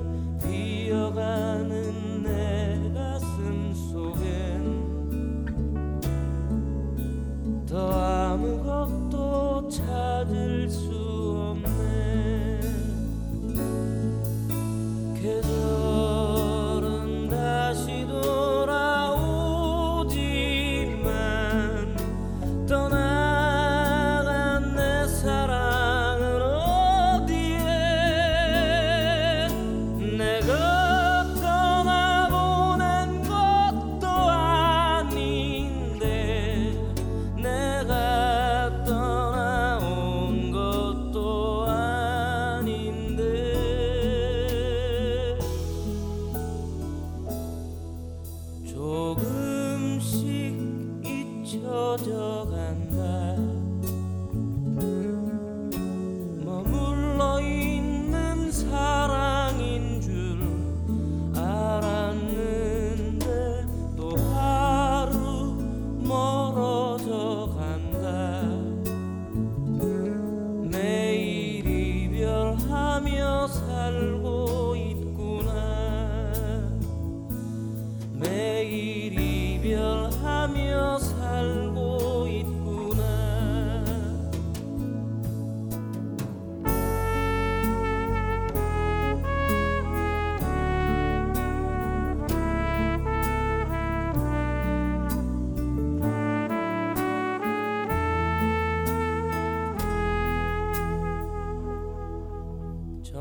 비어가는 내 가슴 속엔 더 아무것도 찾을 수 없네.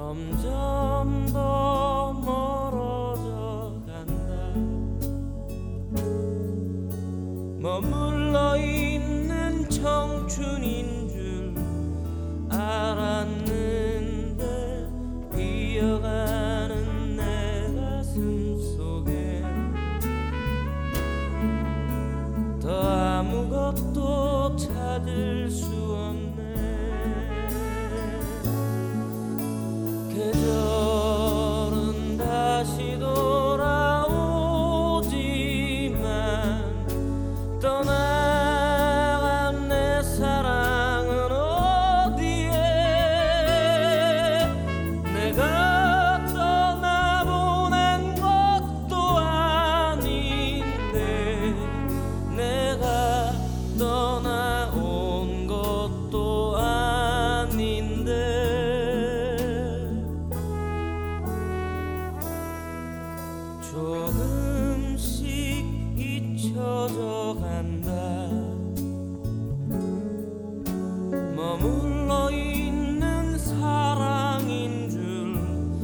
점점 더 멀어져 간다. 머물러 있는 청춘인 줄 알았는데 이어가는 내 가슴 속에 더 아무것도 찾을 수 없네. 계절은 다시 돌아오지만 떠나간 내 사랑은 어디에. 내가 떠나보낸 것도 아닌데 내가 떠나온 것도 아닌데 조금씩 잊혀져 간다. 머물러 있는 사랑인 줄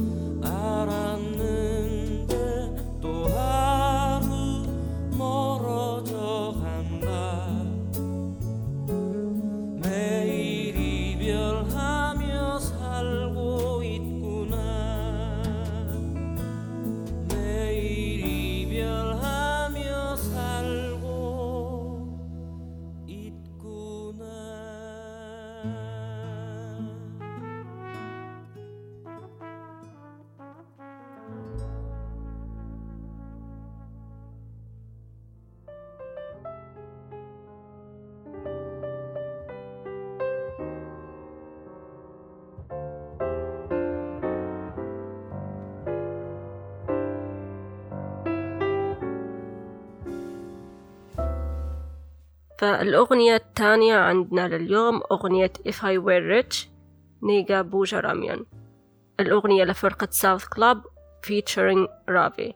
알았는데 또 하루 멀어져 간다. 매일 이별하며 살고 있구나. 매일 이별하며 살고 있구나. فالأغنية الثانية عندنا لليوم أغنية If I Were Rich نيجا بوجراميان. الأغنية لفرقة ساوث كلاب featuring رافي.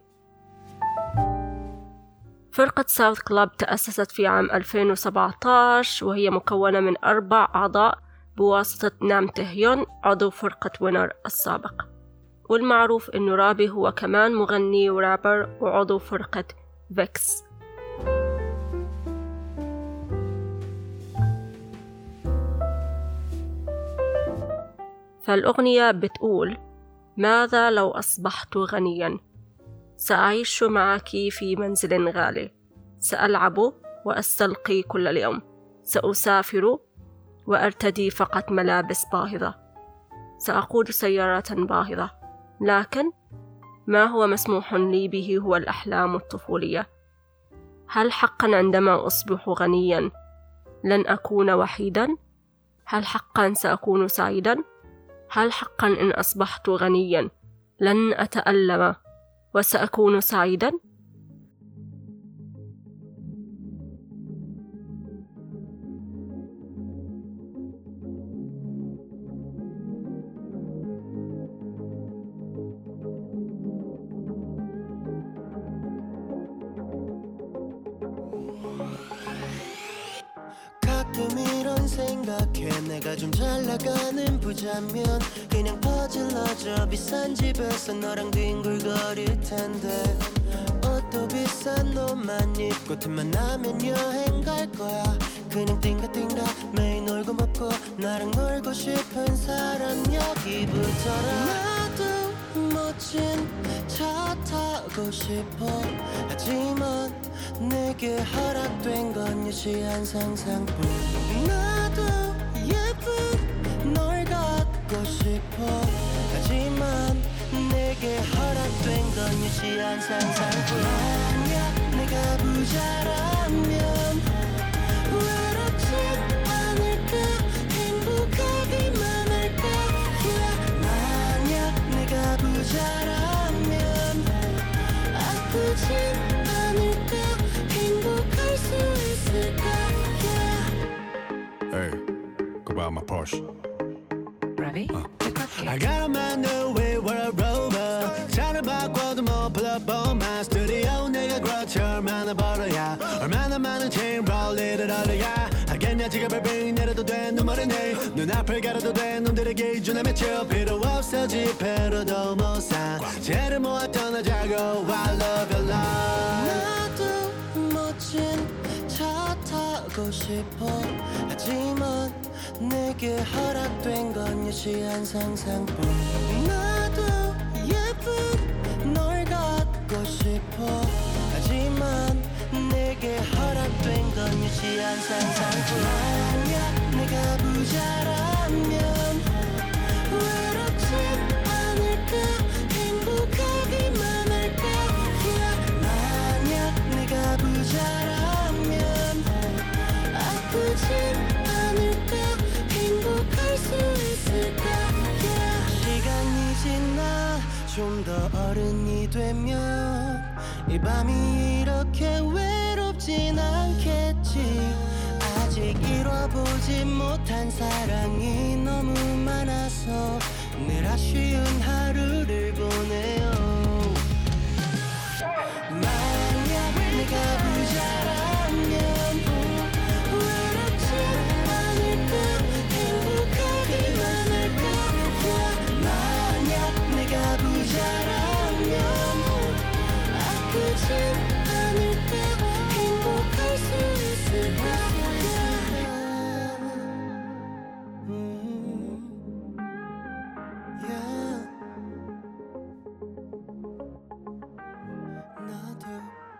فرقة ساوث كلاب تأسست في عام 2017 وهي مكونة من 4 أعضاء بواسطة نام تهيون عضو فرقة وينر السابق. والمعروف إنه رافي هو كمان مغني ورابر وعضو فرقة فيكس. فالأغنية بتقول: ماذا لو أصبحت غنيا؟ سأعيش معك في منزل غالي، سألعب وأستلقي كل اليوم، سأسافر وأرتدي فقط ملابس باهظة، سأقود سيارة باهظة، لكن ما هو مسموح لي به هو الأحلام الطفولية. هل حقا عندما أصبح غنيا لن أكون وحيدا؟ هل حقا سأكون سعيدا؟ هل حقا إن أصبحت غنيا لن أتألم وسأكون سعيدا؟ 생각해 내가 좀 잘나가는 부자면 그냥 퍼질러져 비싼 집에서 너랑 뒹굴거릴 텐데 옷도 비싼 옷만 입고 틈만 나면 여행 갈 거야. 그냥 띵가띵가 매일 놀고 먹고 나랑 놀고 싶은 사람 여기부터라. 나도 멋진 차 타고 싶어. 하지만 내게 허락된 건 유치한 상상뿐. 나도 예쁜 널 갖고 싶어. 하지만 내게 허락된 건 유치한 상상뿐. 만약 내가 부자라면 외롭지 않을까? 행복하기만 할까? 만약 내가 부자라면 아프진 않을까? 행복할 수 있을까? Hey, go buy my Porsche. Ravi? I got a man new way where I rover. 차를 바꿔도 못 불러보마. 스튜디오 내가 그렇지 얼마나 벌어야 얼마나 많은 체인 롤리를 올려야 하겠냐 그냥 지갑을 뱅 내려도 돼 눈물은 내 눈앞을 가려도 돼 놈들에게 이준에 맺혀 필요 없어 지폐로도 못사 죄를 모아 떠나자고 I love your love 나도 멋진 차 타고 싶어 하지만 내게 허락된 건 유치한 상상뿐 나도 예쁜 널 갖고 싶어 하지만 내게 허락된 건 유치한 상상뿐 만약 내가 부자라면 외롭지 않을까 행복하기만 할까 yeah. 만약 내가 부자라면 아프진 않을까 행복할 수 있을까 yeah. 시간이 지나 좀 더 어른이 되면 이 밤이 이렇게 외롭진 않겠지 아직 이뤄보지 못한 사랑이 너무 많아서 늘 아쉬운 하루를 보내요 만약 내가 부자라면 외롭지 않을까 행복하기만 할까 yeah. 만약 내가 부자라면 아프진 않을까 행복할 수 있을까 yeah. 나도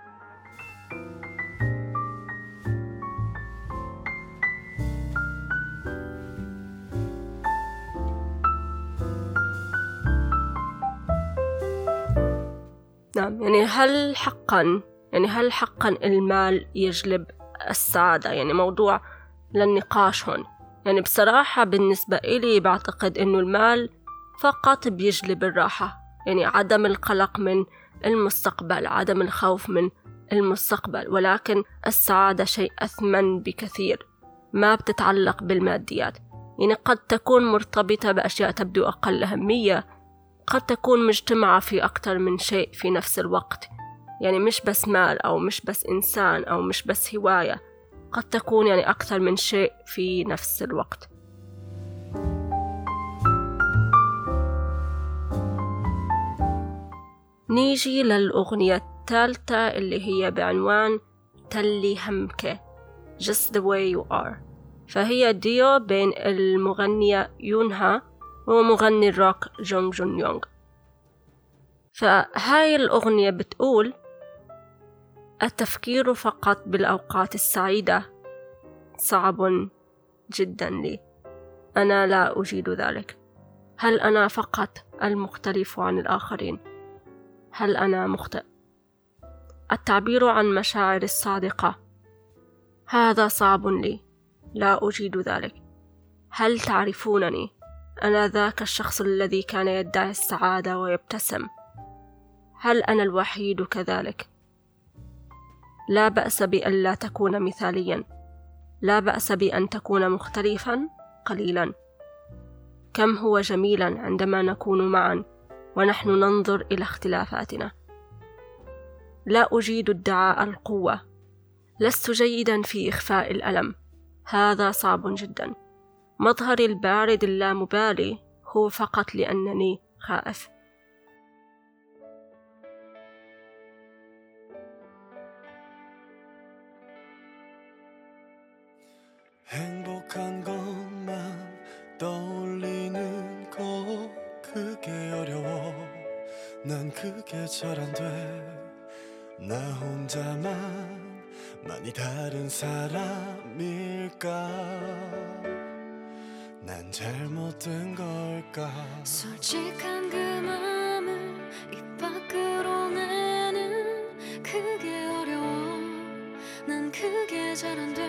نعم، يعني هل حقا المال يجلب السعادة؟ يعني موضوع للنقاش هون. يعني بصراحة بالنسبة إلي بعتقد إنه المال فقط بيجلب الراحة، يعني عدم القلق من المستقبل، عدم الخوف من المستقبل، ولكن السعادة شيء أثمن بكثير، ما بتتعلق بالماديات. يعني قد تكون مرتبطة بأشياء تبدو أقل أهمية، قد تكون مجتمعة في أكثر من شيء في نفس الوقت، يعني مش بس مال أو مش بس إنسان أو مش بس هواية، قد تكون يعني أكثر من شيء في نفس الوقت. نيجي للأغنية الثالثة اللي هي بعنوان تلي همك Just the way you are. فهي ديو بين المغنية يونها ومغني الروك جونغ جون يونغ. فهاي الأغنية بتقول: التفكير فقط بالأوقات السعيدة صعب جدا لي، أنا لا أجيد ذلك. هل أنا فقط المختلف عن الآخرين؟ هل أنا مخطئ؟ التعبير عن مشاعر الصادقة هذا صعب لي، لا أجيد ذلك. هل تعرفونني؟ أنا ذاك الشخص الذي كان يدعي السعادة ويبتسم. هل أنا الوحيد كذلك؟ لا بأس بأن لا تكون مثاليا، لا بأس بأن تكون مختلفا قليلا. كم هو جميلا عندما نكون معا ونحن ننظر إلى اختلافاتنا. لا أجيد ادعاء القوة، لست جيدا في إخفاء الألم، هذا صعب جدا. مظهري البارد اللامبالي هو فقط لأنني خائف. 행복한 것만 떠올리는 거 그게 어려워. 난 그게 잘 안 돼. 나 혼자만 많이 다른 사람일까? 난 잘못된 걸까? 솔직한 그 맘을 입 밖으로 내는 그게 어려워. 난 그게 잘 안 돼.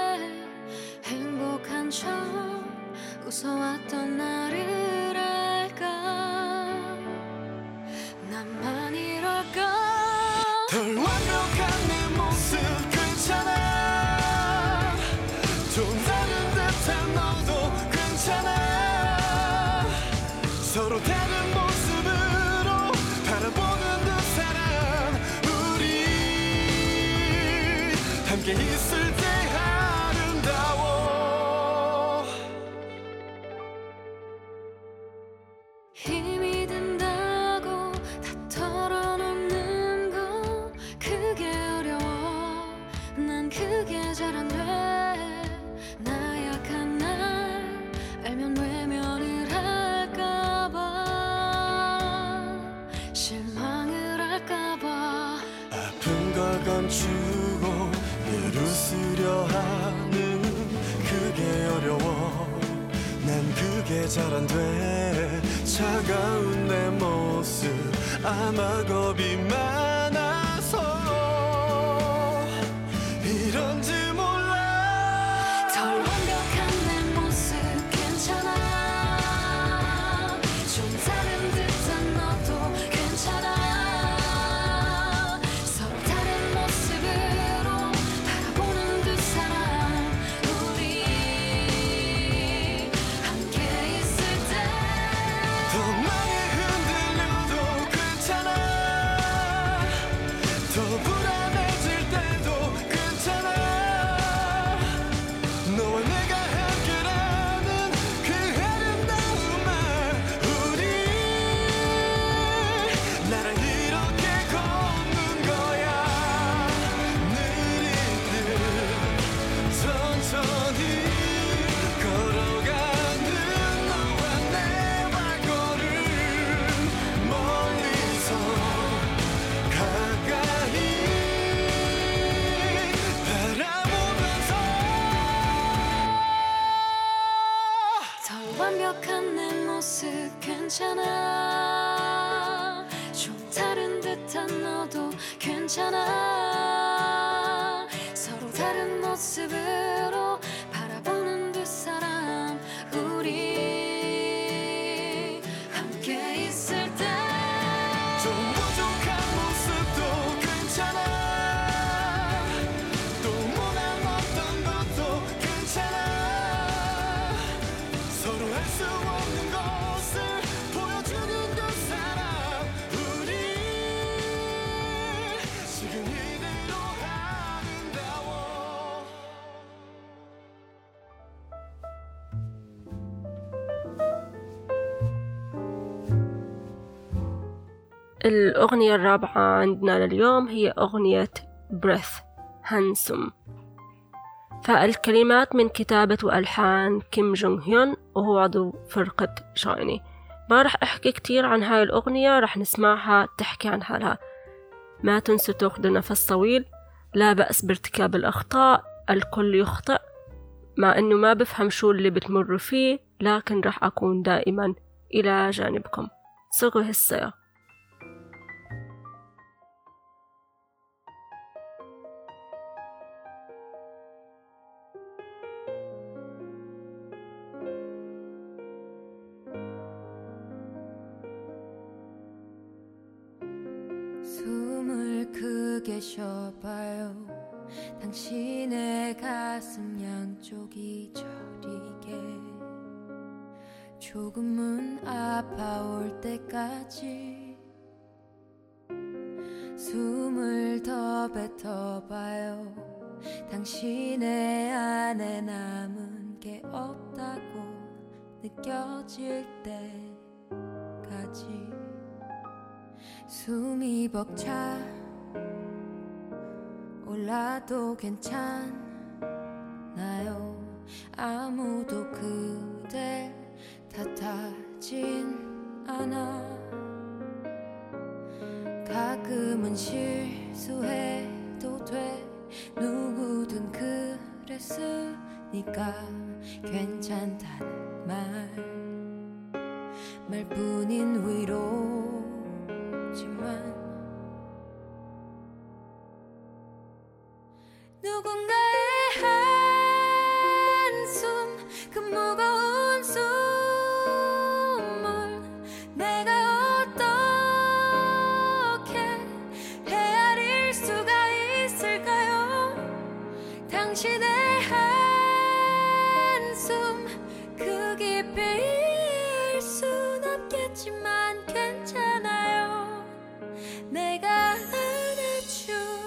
행복한 척 웃어왔던 나를 알까? 나만 이럴까? 덜 완벽한 내 모습 괜찮아. 좀 다른 듯한 너도 괜찮아. 서로 다른 모습으로 바라보는 두 사람, 우리 함께 있을 때 아름다워. 알면 외면을 할까봐 실망을 할까봐 아픈 걸 감추고 늘 웃으려 하는 그게 어려워 난 그게 잘 안 돼 차가운 내 모습 아마 겁이 많아서 이런지 몰라 덜 완벽한 내 모습 괜찮아 좀 다른 듯한 너도 괜찮아 서로 다른 모습으로 바라보는 두 사람 우리 함께 있을 때 더 많이 흔들려도 괜찮아 더 불안해질 때도 괜찮아 너와 내가 함께라는 그 아름다운 말 우리 나랑 이렇게 걷는 거야 느리듯 천천히 걸어가는 너와 내 발걸음 멀리서 가까이 바라보면서 덜 완벽한 내 모습 괜찮아 좀 다른 듯한 너도 괜찮아 서로 다른 모습으로 바라보는 두 사람 우리 함께 있을 때 좀 부족한 모습도 괜찮아 또 원한 어떤 것도 괜찮아 서로 할 수 없는 것을 보여주는 두 사람 우리 지금 이대로 아름다워 الأغنية الرابعة عندنا لليوم هي أغنية Breath هانسوم. فالكلمات من كتابة وألحان كيم جونغ هيون وهو عضو فرقة شايني. ما رح أحكي كتير عن هاي الأغنية، رح نسمعها تحكي عن حالها. ما تنسوا تاخدوا نفس طويل، لا بأس بارتكاب الأخطاء، الكل يخطئ، مع أنه ما بفهم شو اللي بتمر فيه، لكن رح أكون دائما إلى جانبكم. صغوا هالسيا. 숨을 크게 쉬어봐요. 당신의 가슴 양쪽이 저리게 조금은 아파올 때까지 숨을 더 뱉어봐요. 당신의 안에 남은 게 없다고 느껴질 때까지 숨이 벅차 올라도 괜찮나요? 아무도 그댈 탓하진 않아. 가끔은 실수해도 돼. 누구든 그랬으니까 괜찮다는 말뿐인 위로지만 누군가의 한숨 그 무거운 숨을 내가 어떻게 헤아릴 수가 있을까요? 당신의 한숨 그 깊이일 순 없겠지만 괜찮아요. 내가 안아줄게요.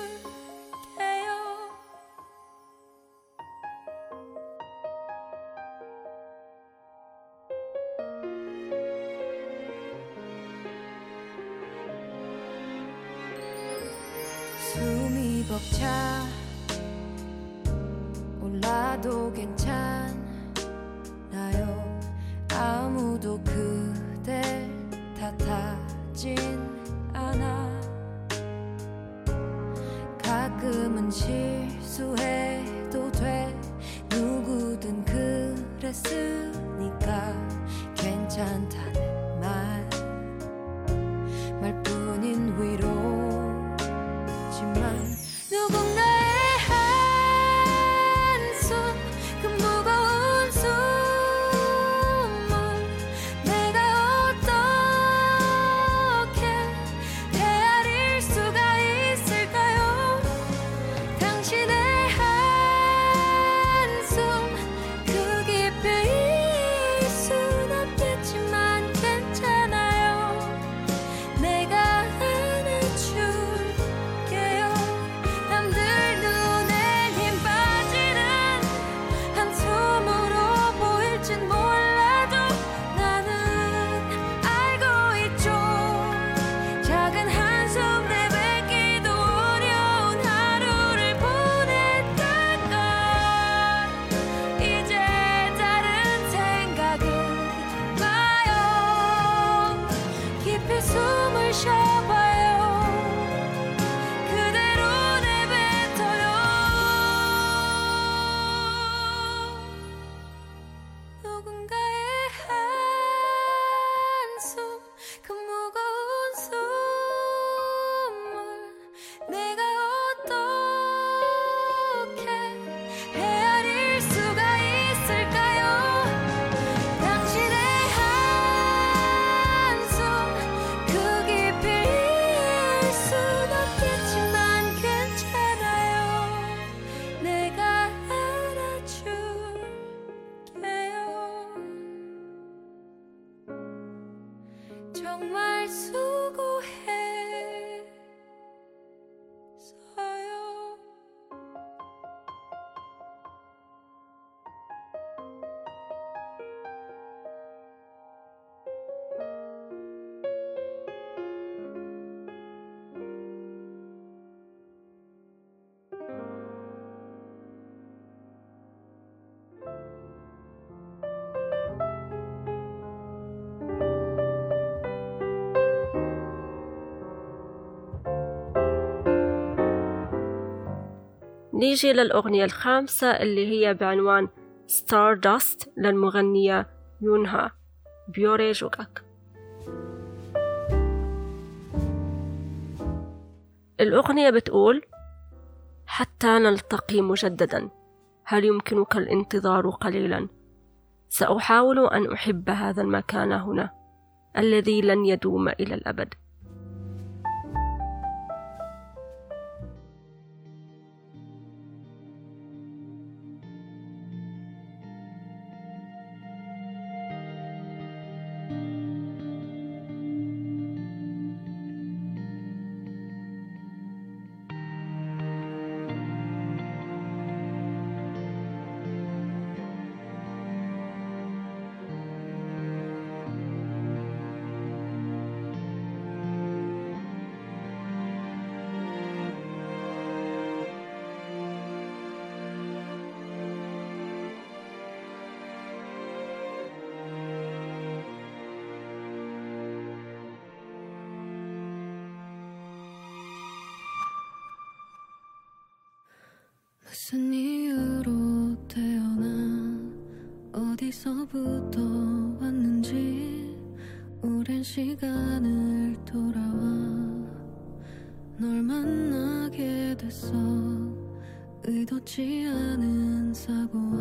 숨이 벅차 올라도 괜찮나요? 누구도 그댈 탓하진 않아. 가끔은 실수해도 돼. 누구든 그랬으니까 괜찮다는 말뿐인 위로지만 누군가의 한숨 그 무거운 숨을 내가 어떻게 헤아릴 수가 있을까요? 당신의 한숨 그 깊이 일 순 없겠지만 괜찮아요. 내가 안아줄게요. 남들 눈에 힘 빠지는 한숨으로 보일진 몰라도 나는 알고 있죠. 작은 한숨 내뱉기도 어려운 하루를 보냈다가 이제 다른 생각은 나요. 깊이 숨을 쉬어봐요. 그대로 내뱉어요. 누군가의 한숨 그 무거운 숨을 내가 어떻게 헤아릴 수가 있을까요? 당신의 한숨 그 깊이 일 순 없겠지만 괜찮아요. 내가 안아줄게요. 정말 수고했어요. نيجي للأغنية الخامسة اللي هي بعنوان Stardust للمغنية يونها بيوري جوكاك. الأغنية بتقول: حتى نلتقي مجددا، هل يمكنك الانتظار قليلا؟ سأحاول أن أحب هذا المكان هنا الذي لن يدوم إلى الأبد. 무슨 이유로 태어나 어디서부터 왔는지 오랜 시간을 돌아와 널 만나게 됐어. 의도치 않은 사고와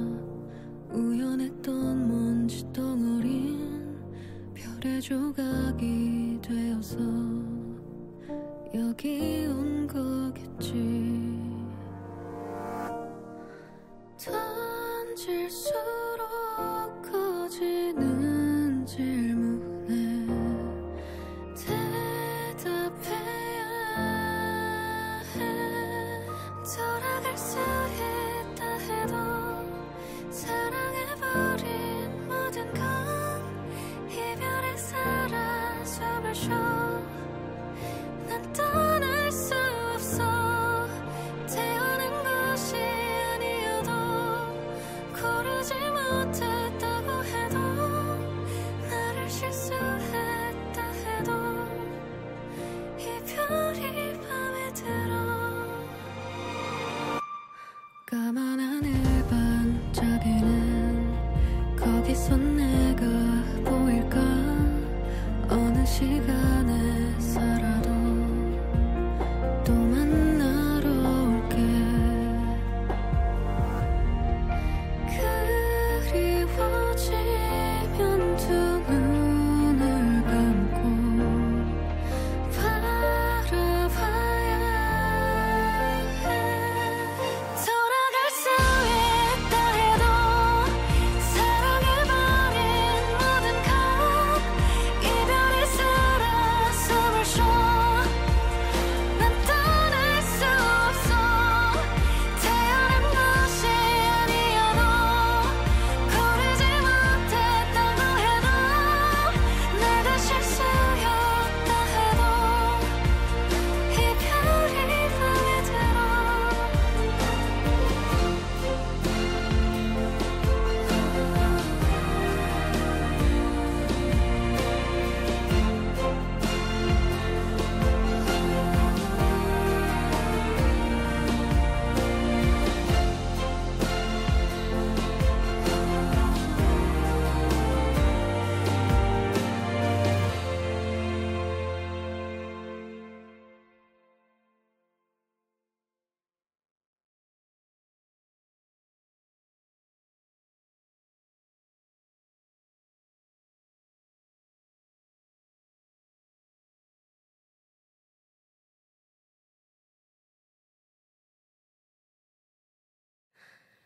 우연했던 먼지 덩어린 별의 조각이 되어서 여기 온 거겠지. 던질수록 커지는 질문에 대답해야 해. 돌아갈 수 있다 해도 사랑해버린 모든 건 이별에 사라져 버려. 난 떠날 수 없어. 태어난 것이 아니어도 고르지 못했다고 해도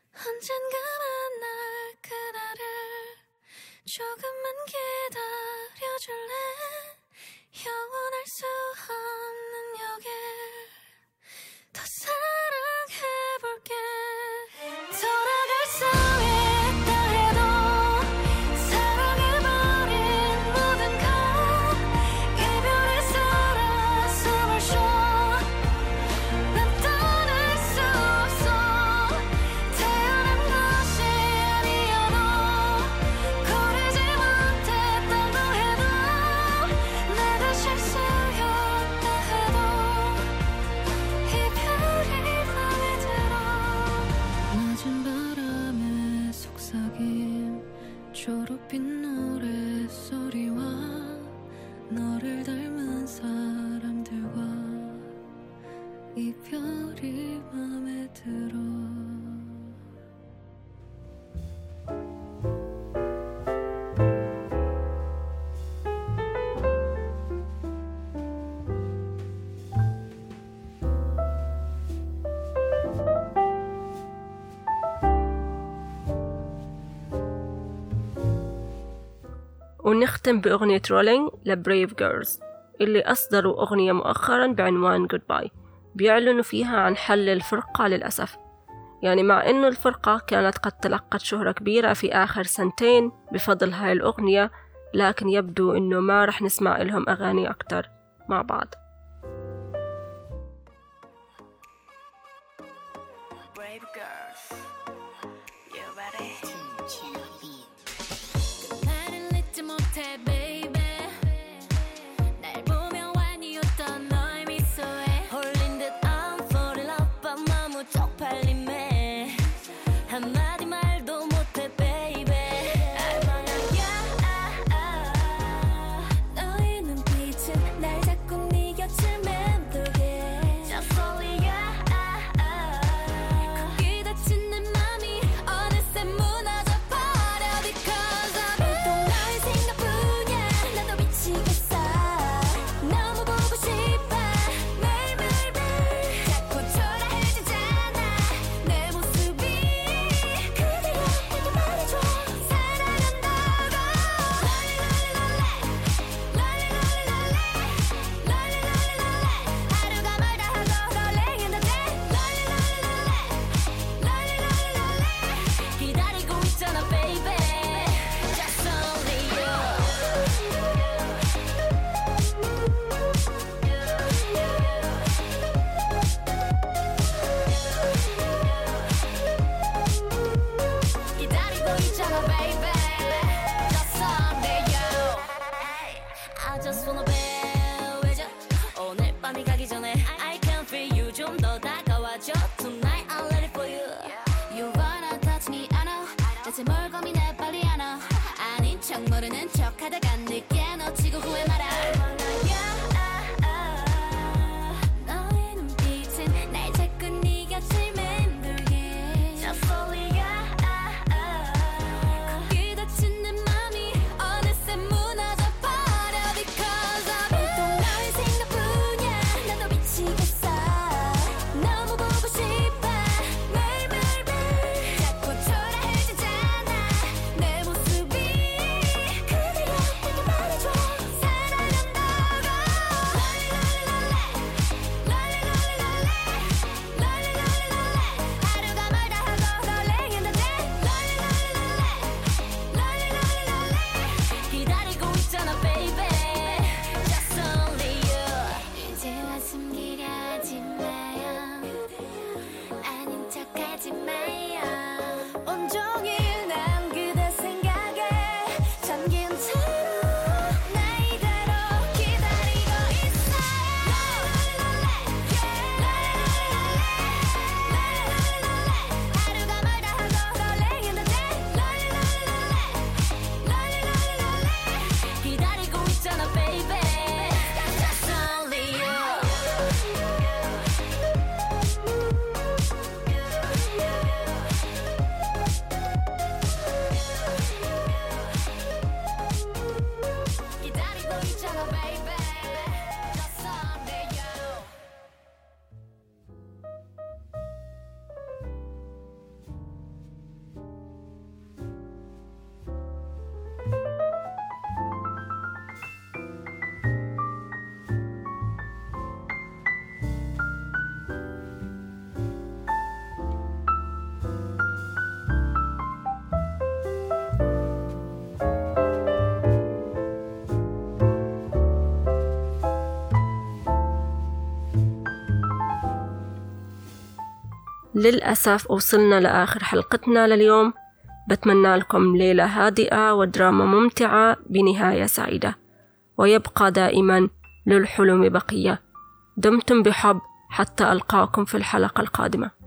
언젠가 만날 그날을 조금만 기다려줄래 영원할 수 없는 여길 더 사랑해볼게 돌아갈 수 있다 해도 사랑해버린 모든 건 이별의 사랑을 쉬어 난 떠날 수 없어 태어난 것이 아니어도 고르지 못했다고 해도 내가 실수였다 해도 이별이 맘에 들어 낮은 바람에 속삭임 초록빛 노랫소리와 너를 닮은 사람들과 이별이 맘에 들어 ونختم بأغنية رولينج لبريف جيرلز اللي أصدروا أغنية مؤخرا بعنوان Goodbye بيعلنوا فيها عن حل الفرقة للأسف. يعني مع إنه الفرقة كانت قد تلقت شهرة كبيرة في آخر سنتين بفضل هاي الأغنية، لكن يبدو إنه ما رح نسمع لهم أغاني أكتر مع بعض. Brave girls, you ready? 나를 잊지 못해 baby 날 보며 완이었던 너의 미소에 홀린 듯 I'm fall in love but 너무 쪽팔림에 한마디 말도 못해 baby 알망하냐 너의 눈빛은 날 자꾸 네 곁을 맴돌게 Just only you 거기 닫힌 내 맘이 어느새 무너져 버려 Because of you 또 너의 생각뿐이야 나도 미치겠어 너무 보고 싶어 매일매일 자꾸 초라해지잖아 내 모습이 그대여 내게 말해줘 사랑한다고 하루가 멀다 하고 rolling in the day 기다리고 있잖아 baby Just only you 기다리고 있잖아 baby Just only you I just wanna be with you 오늘 밤이 가기 전에 I can feel you 좀 더 다가와줘 Tonight I'm ready for you You wanna touch me I know 대체 뭘 고민해 빨리 안 와 아닌 척 모르는 척 하다가 늦게 놓치고 후회 말아 너의 눈빛은 날 자꾸 네 곁을 맴돌게 Just only you 거기 닫힌 내 맘이 어느새 무너져 버려 Because of you 또 너의 생각뿐이야 나도 미치겠어 너무 보고 싶어 매일매일 자꾸 초라해지잖아 내 모습이 그대여 내게 말해줘 للأسف وصلنا لآخر حلقتنا لليوم. بتمنى لكم ليلة هادئة ودراما ممتعة بنهاية سعيدة، ويبقى دائما للحلم بقية. دمتم بحب حتى ألقاكم في الحلقة القادمة.